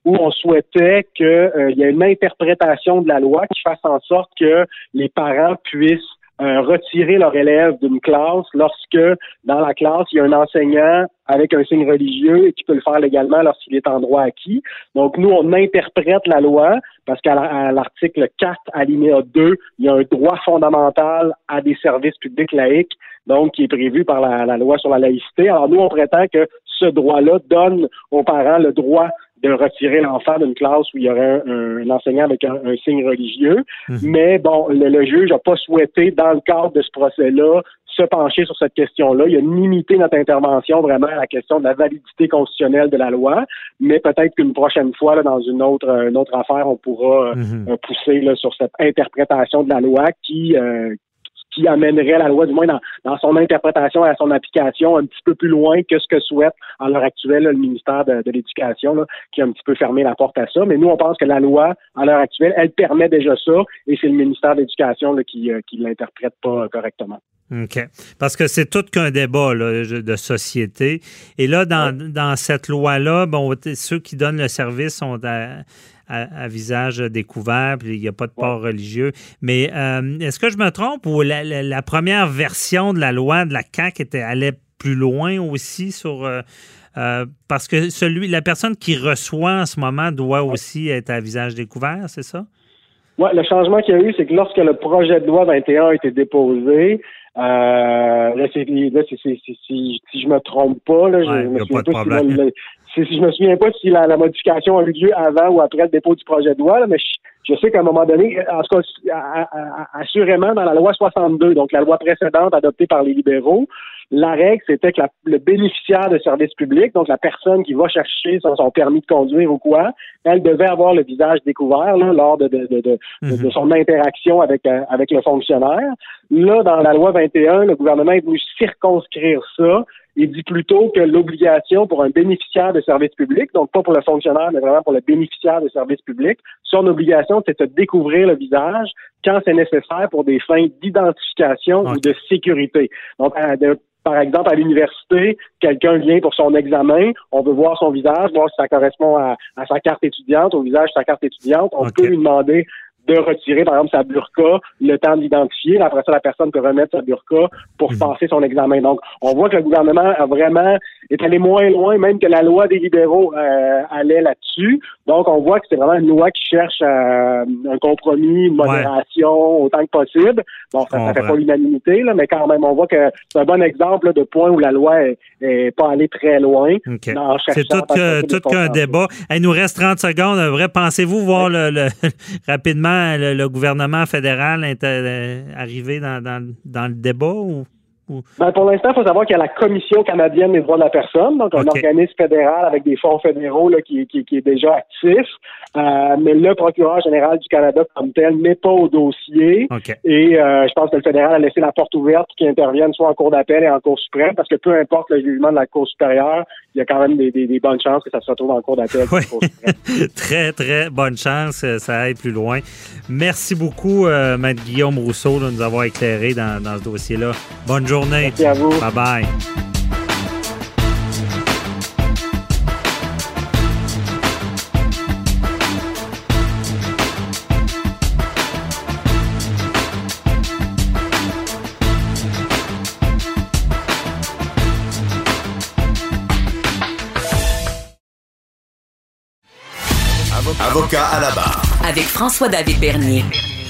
où on souhaitait qu'il euh, y ait une interprétation de la loi qui fasse en sorte que les parents puissent euh, retirer leur élève d'une classe lorsque, dans la classe, il y a un enseignant avec un signe religieux et qui peut le faire légalement lorsqu'il est en droit acquis. Donc, nous, on interprète la loi parce qu'à l'article quatre, alinéa deux, il y a un droit fondamental à des services publics laïques, donc qui est prévu par la, la loi sur la laïcité. Alors, nous, on prétend que ce droit-là donne aux parents le droit de retirer l'enfant d'une classe où il y aurait un, un enseignant avec un, un signe religieux. Mmh. Mais bon, le, le juge n'a pas souhaité, dans le cadre de ce procès-là, se pencher sur cette question-là. Il a limité notre intervention vraiment à la question de la validité constitutionnelle de la loi, mais peut-être qu'une prochaine fois, là, dans une autre, une autre affaire, on pourra mmh. euh, pousser là, sur cette interprétation de la loi qui... Euh, qui amènerait la loi, du moins dans, dans son interprétation et à son application, un petit peu plus loin que ce que souhaite à l'heure actuelle là, le ministère de, de l'Éducation, là, qui a un petit peu fermé la porte à ça. Mais nous, on pense que la loi, à l'heure actuelle, elle permet déjà ça, et c'est le ministère de l'Éducation là, qui ne qui l'interprète pas euh, correctement. OK. Parce que c'est tout qu'un débat là, de société. Et là, dans, ouais. dans cette loi-là, bon, ceux qui donnent le service sont à... À, à visage découvert, puis il n'y a pas de port ouais. religieux. Mais euh, est-ce que je me trompe ou la, la, la première version de la loi de la C A Q était, allait plus loin aussi sur... Euh, euh, parce que celui, la personne qui reçoit en ce moment doit ouais. aussi être à visage découvert, c'est ça? Oui, le changement qu'il y a eu, c'est que lorsque le projet de loi vingt et un a été déposé, euh, là, c'est, là c'est, c'est, c'est, si, si je me trompe pas, là, ouais, je me souviens pas, pas si le, si, si je me souviens pas si la, la modification a eu lieu avant ou après le dépôt du projet de loi, là, mais je, je sais qu'à un moment donné, en tout cas, à, à, à, assurément, dans la loi soixante-deux, donc la loi précédente adoptée par les libéraux, la règle, c'était que la, le bénéficiaire de service public, donc la personne qui va chercher son, son permis de conduire ou quoi, elle devait avoir le visage découvert là, lors de, de, de, de, mm-hmm. de son interaction avec, euh, avec le fonctionnaire. Là, dans la loi vingt et un, le gouvernement est venu circonscrire ça. Il dit plutôt que l'obligation pour un bénéficiaire de service public, donc pas pour le fonctionnaire, mais vraiment pour le bénéficiaire de service public, son obligation, c'est de découvrir le visage quand c'est nécessaire pour des fins d'identification okay. ou de sécurité. Donc, de, par exemple, à l'université, quelqu'un vient pour son examen, on veut voir son visage, voir si ça correspond à, à sa carte étudiante, au visage de sa carte étudiante, on okay. peut lui demander de retirer, par exemple, sa burqa, le temps de l'identifier. Après ça, la personne peut remettre sa burqa pour mmh. passer son examen. Donc, on voit que le gouvernement a vraiment est allé moins loin, même que la loi des libéraux euh, allait là-dessus. Donc, on voit que c'est vraiment une loi qui cherche euh, un compromis, une modération ouais. autant que possible. Bon, ça ne fait pas l'unanimité, là, mais quand même, on voit que c'est un bon exemple là, de point où la loi est, est pas allée très loin. Okay. C'est tout, que, tout qu'un débat. Il nous reste trente secondes. Vrai, pensez-vous voir ouais. le, le, rapidement Le, le gouvernement fédéral est euh, arrivé dans, dans, dans le débat ou, ou... Ben, pour l'instant, il faut savoir qu'il y a la Commission canadienne des droits de la personne, donc un okay. organisme fédéral avec des fonds fédéraux là, qui, qui, qui est déjà actif. Euh, mais le procureur général du Canada comme tel n'est pas au dossier. Okay. Et euh, je pense que le fédéral a laissé la porte ouverte pour qu'il intervienne soit en Cour d'appel et en Cour suprême, parce que peu importe le jugement de la Cour supérieure, il y a quand même des, des, des bonnes chances que ça se retrouve en Cour d'appel. Oui. Très, très bonne chance. Ça aille plus loin. Merci beaucoup, euh, Maître Guillaume Rousseau, de nous avoir éclairé dans, dans ce dossier-là. Bonne journée. Merci à vous. Bye-bye. Avocat à la barre. Avec François-David Bernier.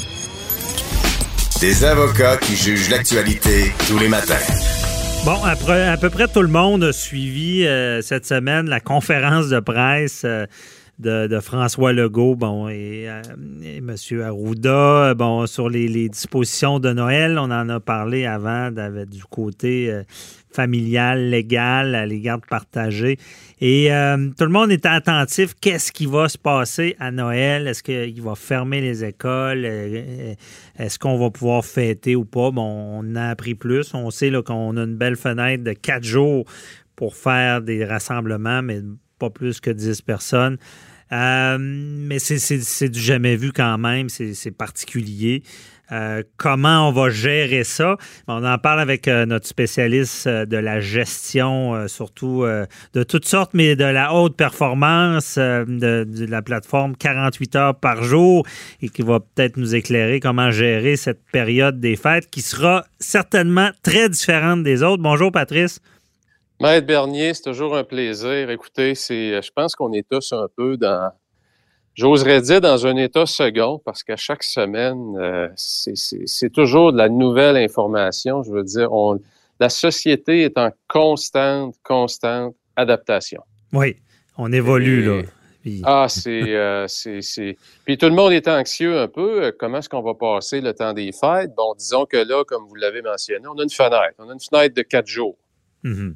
Des avocats qui jugent l'actualité tous les matins. Bon, après, à peu près tout le monde a suivi euh, cette semaine la conférence de presse euh, de, de François Legault, bon, et, euh, et M. Arruda, bon, sur les, les dispositions de Noël. On en a parlé avant du côté euh, familial, légal, à les gardes partagées. Et euh, tout le monde était attentif. Qu'est-ce qui va se passer à Noël? Est-ce qu'il va fermer les écoles? Est-ce qu'on va pouvoir fêter ou pas? Bon, on en a appris plus. On sait là, qu'on a une belle fenêtre de quatre jours pour faire des rassemblements, mais pas plus que dix personnes. Euh, mais c'est, c'est, c'est du jamais vu quand même. C'est, c'est particulier. Euh, comment on va gérer ça? On en parle avec euh, notre spécialiste euh, de la gestion, euh, surtout euh, de toutes sortes, mais de la haute performance euh, de, de la plateforme quarante-huit heures par jour et qui va peut-être nous éclairer comment gérer cette période des fêtes qui sera certainement très différente des autres. Bonjour, Patrice. Maître Bernier, c'est toujours un plaisir. Écoutez, c'est, je pense qu'on est tous un peu dans... J'oserais dire dans un état second, parce qu'à chaque semaine, euh, c'est, c'est, c'est toujours de la nouvelle information. Je veux dire, on, la société est en constante, constante adaptation. Oui, on évolue, Et, là. Puis... Ah, c'est, euh, c'est, c'est... Puis tout le monde est anxieux un peu. Comment est-ce qu'on va passer le temps des fêtes? Bon, disons que là, comme vous l'avez mentionné, on a une fenêtre. On a une fenêtre de quatre jours. Mm-hmm.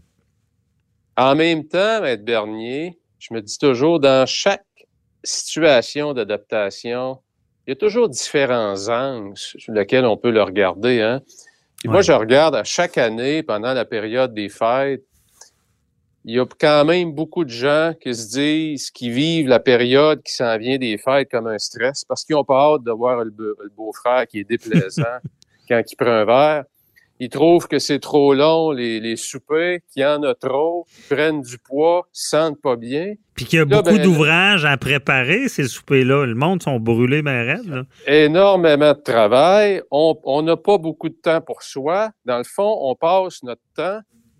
En même temps, Maître Bernier, je me dis toujours, dans chaque situation d'adaptation, il y a toujours différents angles sur lesquels on peut le regarder. Hein? Et ouais. Moi, je regarde à chaque année, pendant la période des fêtes, il y a quand même beaucoup de gens qui se disent, qui vivent la période qui s'en vient des fêtes comme un stress, parce qu'ils n'ont pas hâte de voir le, be- le beau-frère qui est déplaisant quand il prend un verre. Ils trouvent que c'est trop long, les, les soupers, qu'il y en a trop, ils prennent du poids, ils se sentent pas bien. Puis qu'il y a là, beaucoup ben, d'ouvrages à préparer, ces soupers-là. Le monde sont brûlés, ben raide, là. Énormément de travail. On n'a pas beaucoup de temps pour soi. Dans le fond, on passe notre temps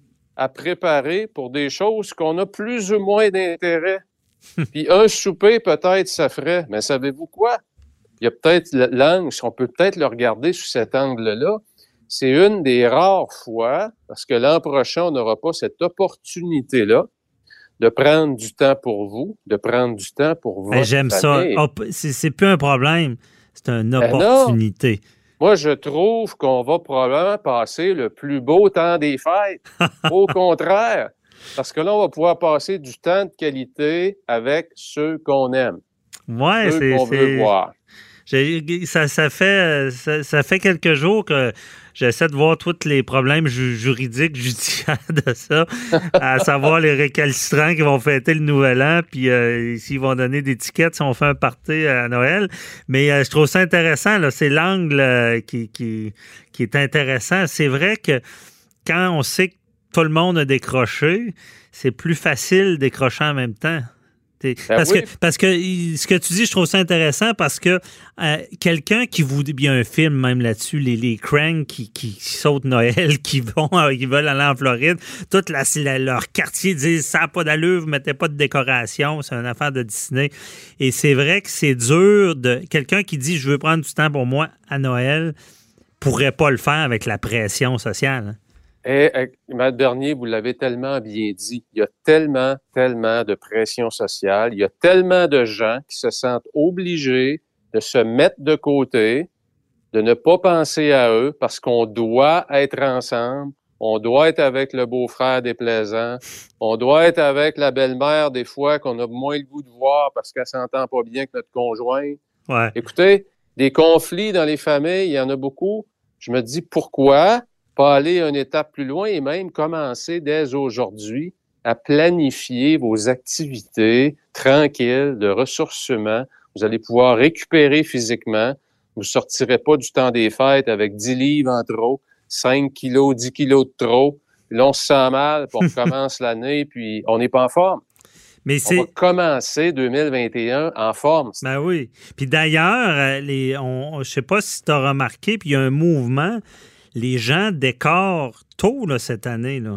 à préparer pour des choses qu'on a plus ou moins d'intérêt. Puis un souper, peut-être, ça ferait. Mais savez-vous quoi? Il y a peut-être l'angle, on peut peut-être le regarder sous cet angle-là. C'est une des rares fois, parce que l'an prochain, on n'aura pas cette opportunité-là de prendre du temps pour vous, de prendre du temps pour votre ben, j'aime famille. ça. Oh, c'est, c'est plus un problème, c'est une opportunité. Ben moi, je trouve qu'on va probablement passer le plus beau temps des fêtes. Au contraire, parce que là, on va pouvoir passer du temps de qualité avec ceux qu'on aime, ouais, ceux c'est, qu'on c'est... veut voir. J'ai, ça, ça, fait, ça, ça fait quelques jours que j'essaie de voir tous les problèmes ju- juridiques, judiciaires de ça, à savoir les récalcitrants qui vont fêter le Nouvel An, puis euh, s'ils vont donner des tickets si on fait un party à Noël. Mais euh, je trouve ça intéressant, là, c'est l'angle euh, qui, qui, qui est intéressant. C'est vrai que quand on sait que tout le monde a décroché, c'est plus facile de décrocher en même temps. Ben parce, oui. que, parce que ce que tu dis, je trouve ça intéressant parce que euh, quelqu'un qui vous dit, il y a un film même là-dessus, les, les Cranks qui, qui, qui sautent Noël, qui vont, euh, qui veulent aller en Floride, tout la, la, leur quartier disent ça n'a pas d'allure, vous ne mettez pas de décoration, c'est une affaire de Disney. Et c'est vrai que c'est dur de. Quelqu'un qui dit je veux prendre du temps pour moi à Noël pourrait pas le faire avec la pression sociale. Hein. Et, et Maître Bernier, vous l'avez tellement bien dit, il y a tellement, tellement de pression sociale, il y a tellement de gens qui se sentent obligés de se mettre de côté, de ne pas penser à eux parce qu'on doit être ensemble, on doit être avec le beau-frère déplaisant, on doit être avec la belle-mère des fois qu'on a moins le goût de voir parce qu'elle s'entend pas bien que notre conjoint. Ouais. Écoutez, des conflits dans les familles, il y en a beaucoup. Je me dis pourquoi pas aller une étape plus loin et même commencer dès aujourd'hui à planifier vos activités tranquilles de ressourcement. Vous allez pouvoir récupérer physiquement. Vous ne sortirez pas du temps des fêtes avec dix livres en trop, cinq kilos, dix kilos de trop. Là, on se sent mal, puis on recommence l'année, puis on n'est pas en forme. Mais c'est... On va commencer deux mille vingt et un en forme. Ben oui. Puis d'ailleurs, les, on, je ne sais pas si tu as remarqué, puis il y a un mouvement... Les gens décorent tôt là, cette année. Là.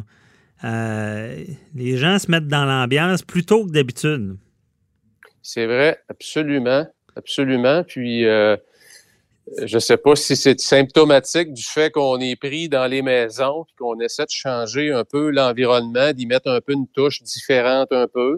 Euh, les gens se mettent dans l'ambiance plus tôt que d'habitude. C'est vrai, absolument. Absolument. Puis, euh, je ne sais pas si c'est symptomatique du fait qu'on est pris dans les maisons et qu'on essaie de changer un peu l'environnement, d'y mettre un peu une touche différente un peu.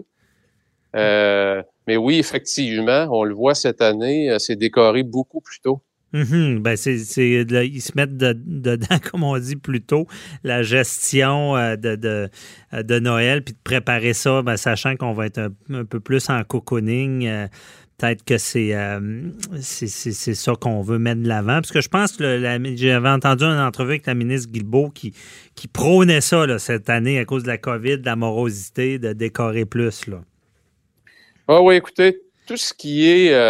Euh, mais oui, effectivement, on le voit cette année, c'est décoré beaucoup plus tôt. Mm-hmm. Ben c'est, c'est, ils se mettent de, dedans, comme on dit plus tôt, la gestion euh, de, de, de Noël, puis de préparer ça, ben, sachant qu'on va être un, un peu plus en cocooning. Euh, peut-être que c'est, euh, c'est, c'est, c'est ça qu'on veut mettre de l'avant. Parce que je pense que le, la, j'avais entendu une entrevue avec la ministre Guilbeault qui, qui prônait ça là, cette année à cause de la COVID, de la morosité, de décorer plus. Là. Ah oui, écoutez, tout ce qui est... Euh...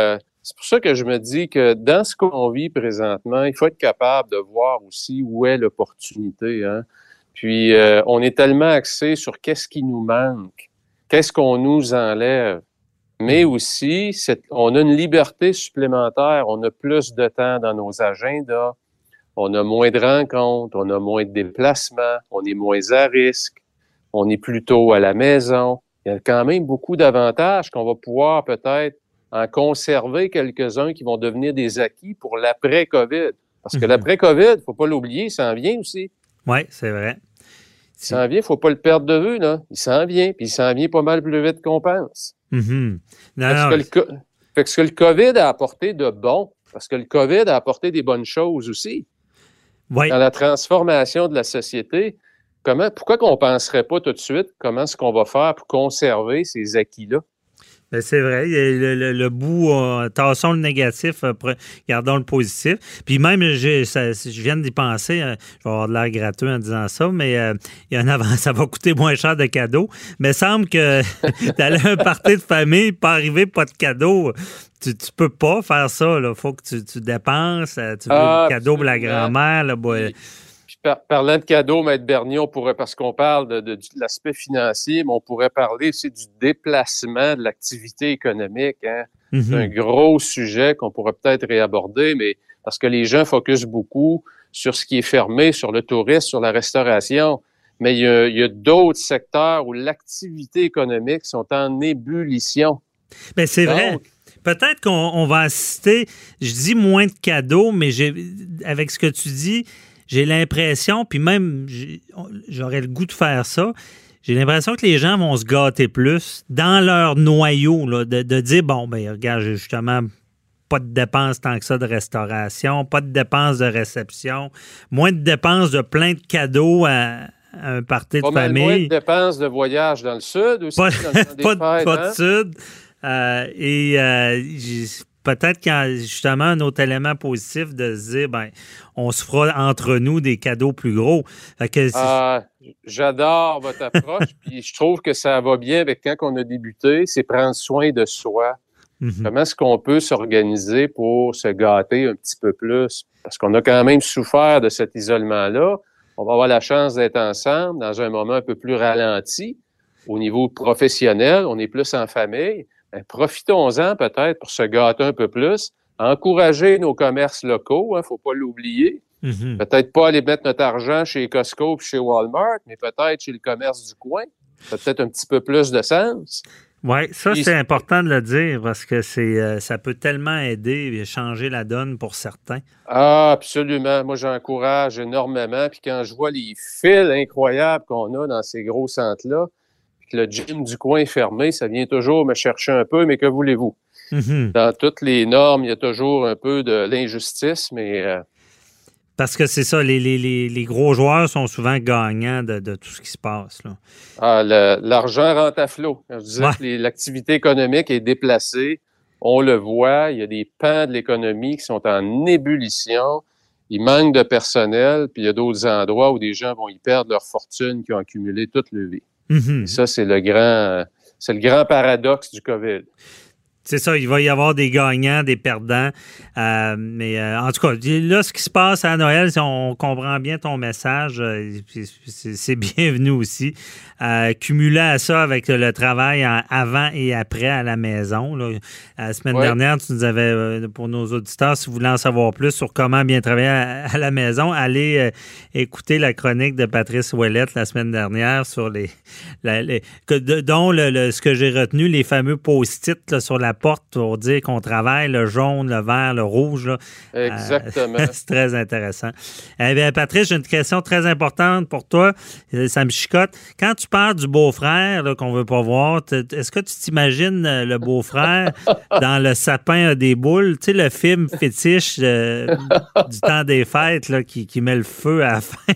C'est pour ça que je me dis que dans ce qu'on vit présentement, il faut être capable de voir aussi où est l'opportunité. Hein? Puis, euh, on est tellement axé sur qu'est-ce qui nous manque, qu'est-ce qu'on nous enlève. Mais aussi, c'est, on a une liberté supplémentaire, on a plus de temps dans nos agendas, on a moins de rencontres, on a moins de déplacements, on est moins à risque, on est plus tôt à la maison. Il y a quand même beaucoup d'avantages qu'on va pouvoir peut-être en conserver quelques-uns qui vont devenir des acquis pour l'après-COVID. Parce que mm-hmm. l'après-COVID, il faut pas l'oublier, il s'en vient aussi. Oui, c'est vrai. Il s'en vient, il faut pas le perdre de vue, là. Il s'en vient, puis il s'en vient pas mal plus vite qu'on pense. Mm-hmm. Non, parce, non, que le, fait que ce que le COVID a apporté de bon, parce que le COVID a apporté des bonnes choses aussi. Oui. Dans la transformation de la société, comment, pourquoi qu'on ne penserait pas tout de suite comment est-ce qu'on va faire pour conserver ces acquis-là? Ben c'est vrai, le, le, le bout, euh, tassons le négatif, euh, gardons le positif. Puis même, j'ai, ça, je viens d'y penser, euh, je vais avoir de l'air gratuit en disant ça, mais euh, il y a un avant, ça va coûter moins cher de cadeaux. Mais il semble que d'aller à un party de famille, pas arriver, pas de cadeaux, tu, tu peux pas faire ça. Il faut que tu, tu dépenses, tu veux ah, le cadeau pour la grand-mère. Là, bah, Par, parlant de cadeaux, Maître Bernier, on pourrait, parce qu'on parle de, de, de l'aspect financier, mais on pourrait parler aussi du déplacement de l'activité économique. Hein? Mm-hmm. C'est un gros sujet qu'on pourrait peut-être réaborder, mais parce que les gens focusent beaucoup sur ce qui est fermé, sur le tourisme, sur la restauration. Mais il y a, il y a d'autres secteurs où l'activité économique sont en ébullition. Bien, c'est Donc, vrai. Peut-être qu'on on va assister, je dis moins de cadeaux, mais j'ai, avec ce que tu dis, j'ai l'impression, puis même j'aurais le goût de faire ça, j'ai l'impression que les gens vont se gâter plus dans leur noyau, là, de, de dire, bon, ben regarde, j'ai justement pas de dépenses tant que ça de restauration, pas de dépenses de réception, moins de dépenses de plein de cadeaux à, à un party de famille. Moins de dépenses de voyage dans le sud aussi. Pas, dans le temps des pas, fêtes, pas hein? de sud. Euh, et euh, peut-être qu'il y a justement un autre élément positif de se dire, ben, on se fera entre nous des cadeaux plus gros. Fait que euh, j'adore votre approche, puis je trouve que ça va bien avec quand on a débuté, c'est prendre soin de soi. Mm-hmm. Comment est-ce qu'on peut s'organiser pour se gâter un petit peu plus? Parce qu'on a quand même souffert de cet isolement-là. On va avoir la chance d'être ensemble dans un moment un peu plus ralenti. Au niveau professionnel, on est plus en famille. Ben, profitons-en peut-être pour se gâter un peu plus, encourager nos commerces locaux, il hein, ne faut pas l'oublier. Mm-hmm. Peut-être pas aller mettre notre argent chez Costco et chez Walmart, mais peut-être chez le commerce du coin. Peut-être un petit peu plus de sens. Oui, ça, puis, c'est important de le dire parce que c'est euh, ça peut tellement aider et changer la donne pour certains. Ah, absolument. Moi, j'encourage énormément. Puis quand je vois les fils incroyables qu'on a dans ces gros centres-là, que le gym du coin est fermé, ça vient toujours me chercher un peu, mais que voulez-vous? Mm-hmm. Dans toutes les normes, il y a toujours un peu de l'injustice, mais... Euh... Parce que c'est ça, les, les, les gros joueurs sont souvent gagnants de, de tout ce qui se passe. Là. Ah, le, l'argent rentre à flot. Je disais ouais. que les, l'activité économique est déplacée. On le voit, il y a des pans de l'économie qui sont en ébullition. Il manque de personnel, puis il y a d'autres endroits où des gens vont y perdre leur fortune qu'ils ont accumulé toute leur vie. Mm-hmm. Et ça, c'est le grand, c'est le grand paradoxe du COVID. C'est ça, il va y avoir des gagnants, des perdants. Euh, mais euh, en tout cas, là, ce qui se passe à Noël, on comprend bien ton message. Euh, c'est, c'est bienvenu aussi. Euh, cumulé à ça avec le travail en avant et après à la maison. Là. La semaine ouais. dernière, tu nous avais, euh, pour nos auditeurs, si vous voulez en savoir plus sur comment bien travailler à, à la maison, allez euh, écouter la chronique de Patrice Ouellette la semaine dernière sur les... La, les que, de, dont le, le, ce que j'ai retenu, les fameux post-it là, sur la porte pour dire qu'on travaille, le jaune, le vert, le rouge. Là. Exactement. Euh, c'est très intéressant. Eh bien, Patrice, j'ai une question très importante pour toi. Ça me chicote. Quand tu parles du beau-frère là, qu'on veut pas voir, est-ce que tu t'imagines le beau-frère dans Le sapin à des boules? Tu sais, le film fétiche euh, du temps des fêtes là, qui, qui met le feu à la fin.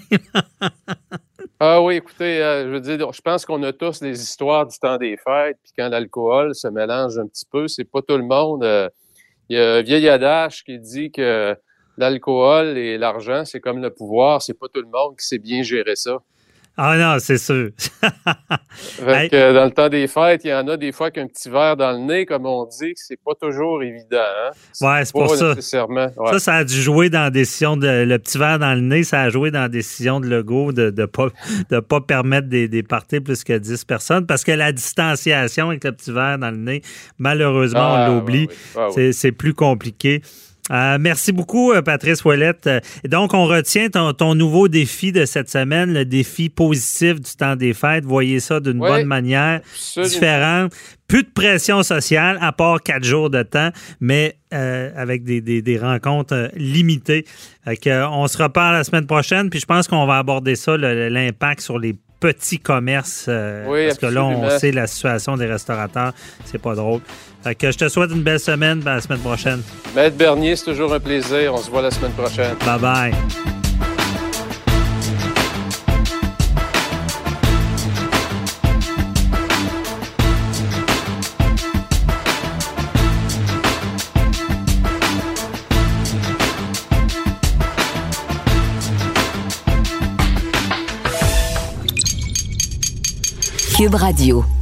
Ah oui, écoutez, euh, je veux dire, je pense qu'on a tous des histoires du temps des fêtes, puis quand l'alcool se mélange un petit peu, c'est pas tout le monde. Euh, il y a un vieil adage qui dit que l'alcool et l'argent, c'est comme le pouvoir, c'est pas tout le monde qui sait bien gérer ça. Ah non, c'est sûr. Fait que, dans le temps des fêtes, il y en a des fois qu'un petit verre dans le nez, comme on dit, c'est pas toujours évident. Hein? C'est ouais, c'est pour ça. Nécessairement. Ouais. Ça, ça a dû jouer dans la décision de le petit verre dans le nez, ça a joué dans la décision de Legault de ne pas, de pas permettre des, des parties plus que dix personnes, parce que la distanciation avec le petit verre dans le nez, malheureusement, ah, on l'oublie. Ouais, ouais. Ah, c'est, ouais. c'est plus compliqué. Euh, merci beaucoup, Patrice Ouellette. Et donc, on retient ton, ton nouveau défi de cette semaine, le défi positif du temps des fêtes. Voyez ça d'une oui, bonne manière, absolument. Différente. Plus de pression sociale, à part quatre jours de temps, mais euh, avec des, des, des rencontres euh, limitées. Fait que, on se reparle la semaine prochaine, puis je pense qu'on va aborder ça, le, l'impact sur les petits commerces. Euh, oui, parce absolument. Que là, on sait la situation des restaurateurs. C'est pas drôle. Fait que je te souhaite une belle semaine. Ben, la semaine prochaine. Maître Bernier, c'est toujours un plaisir. On se voit la semaine prochaine. Bye-bye. Cube Radio.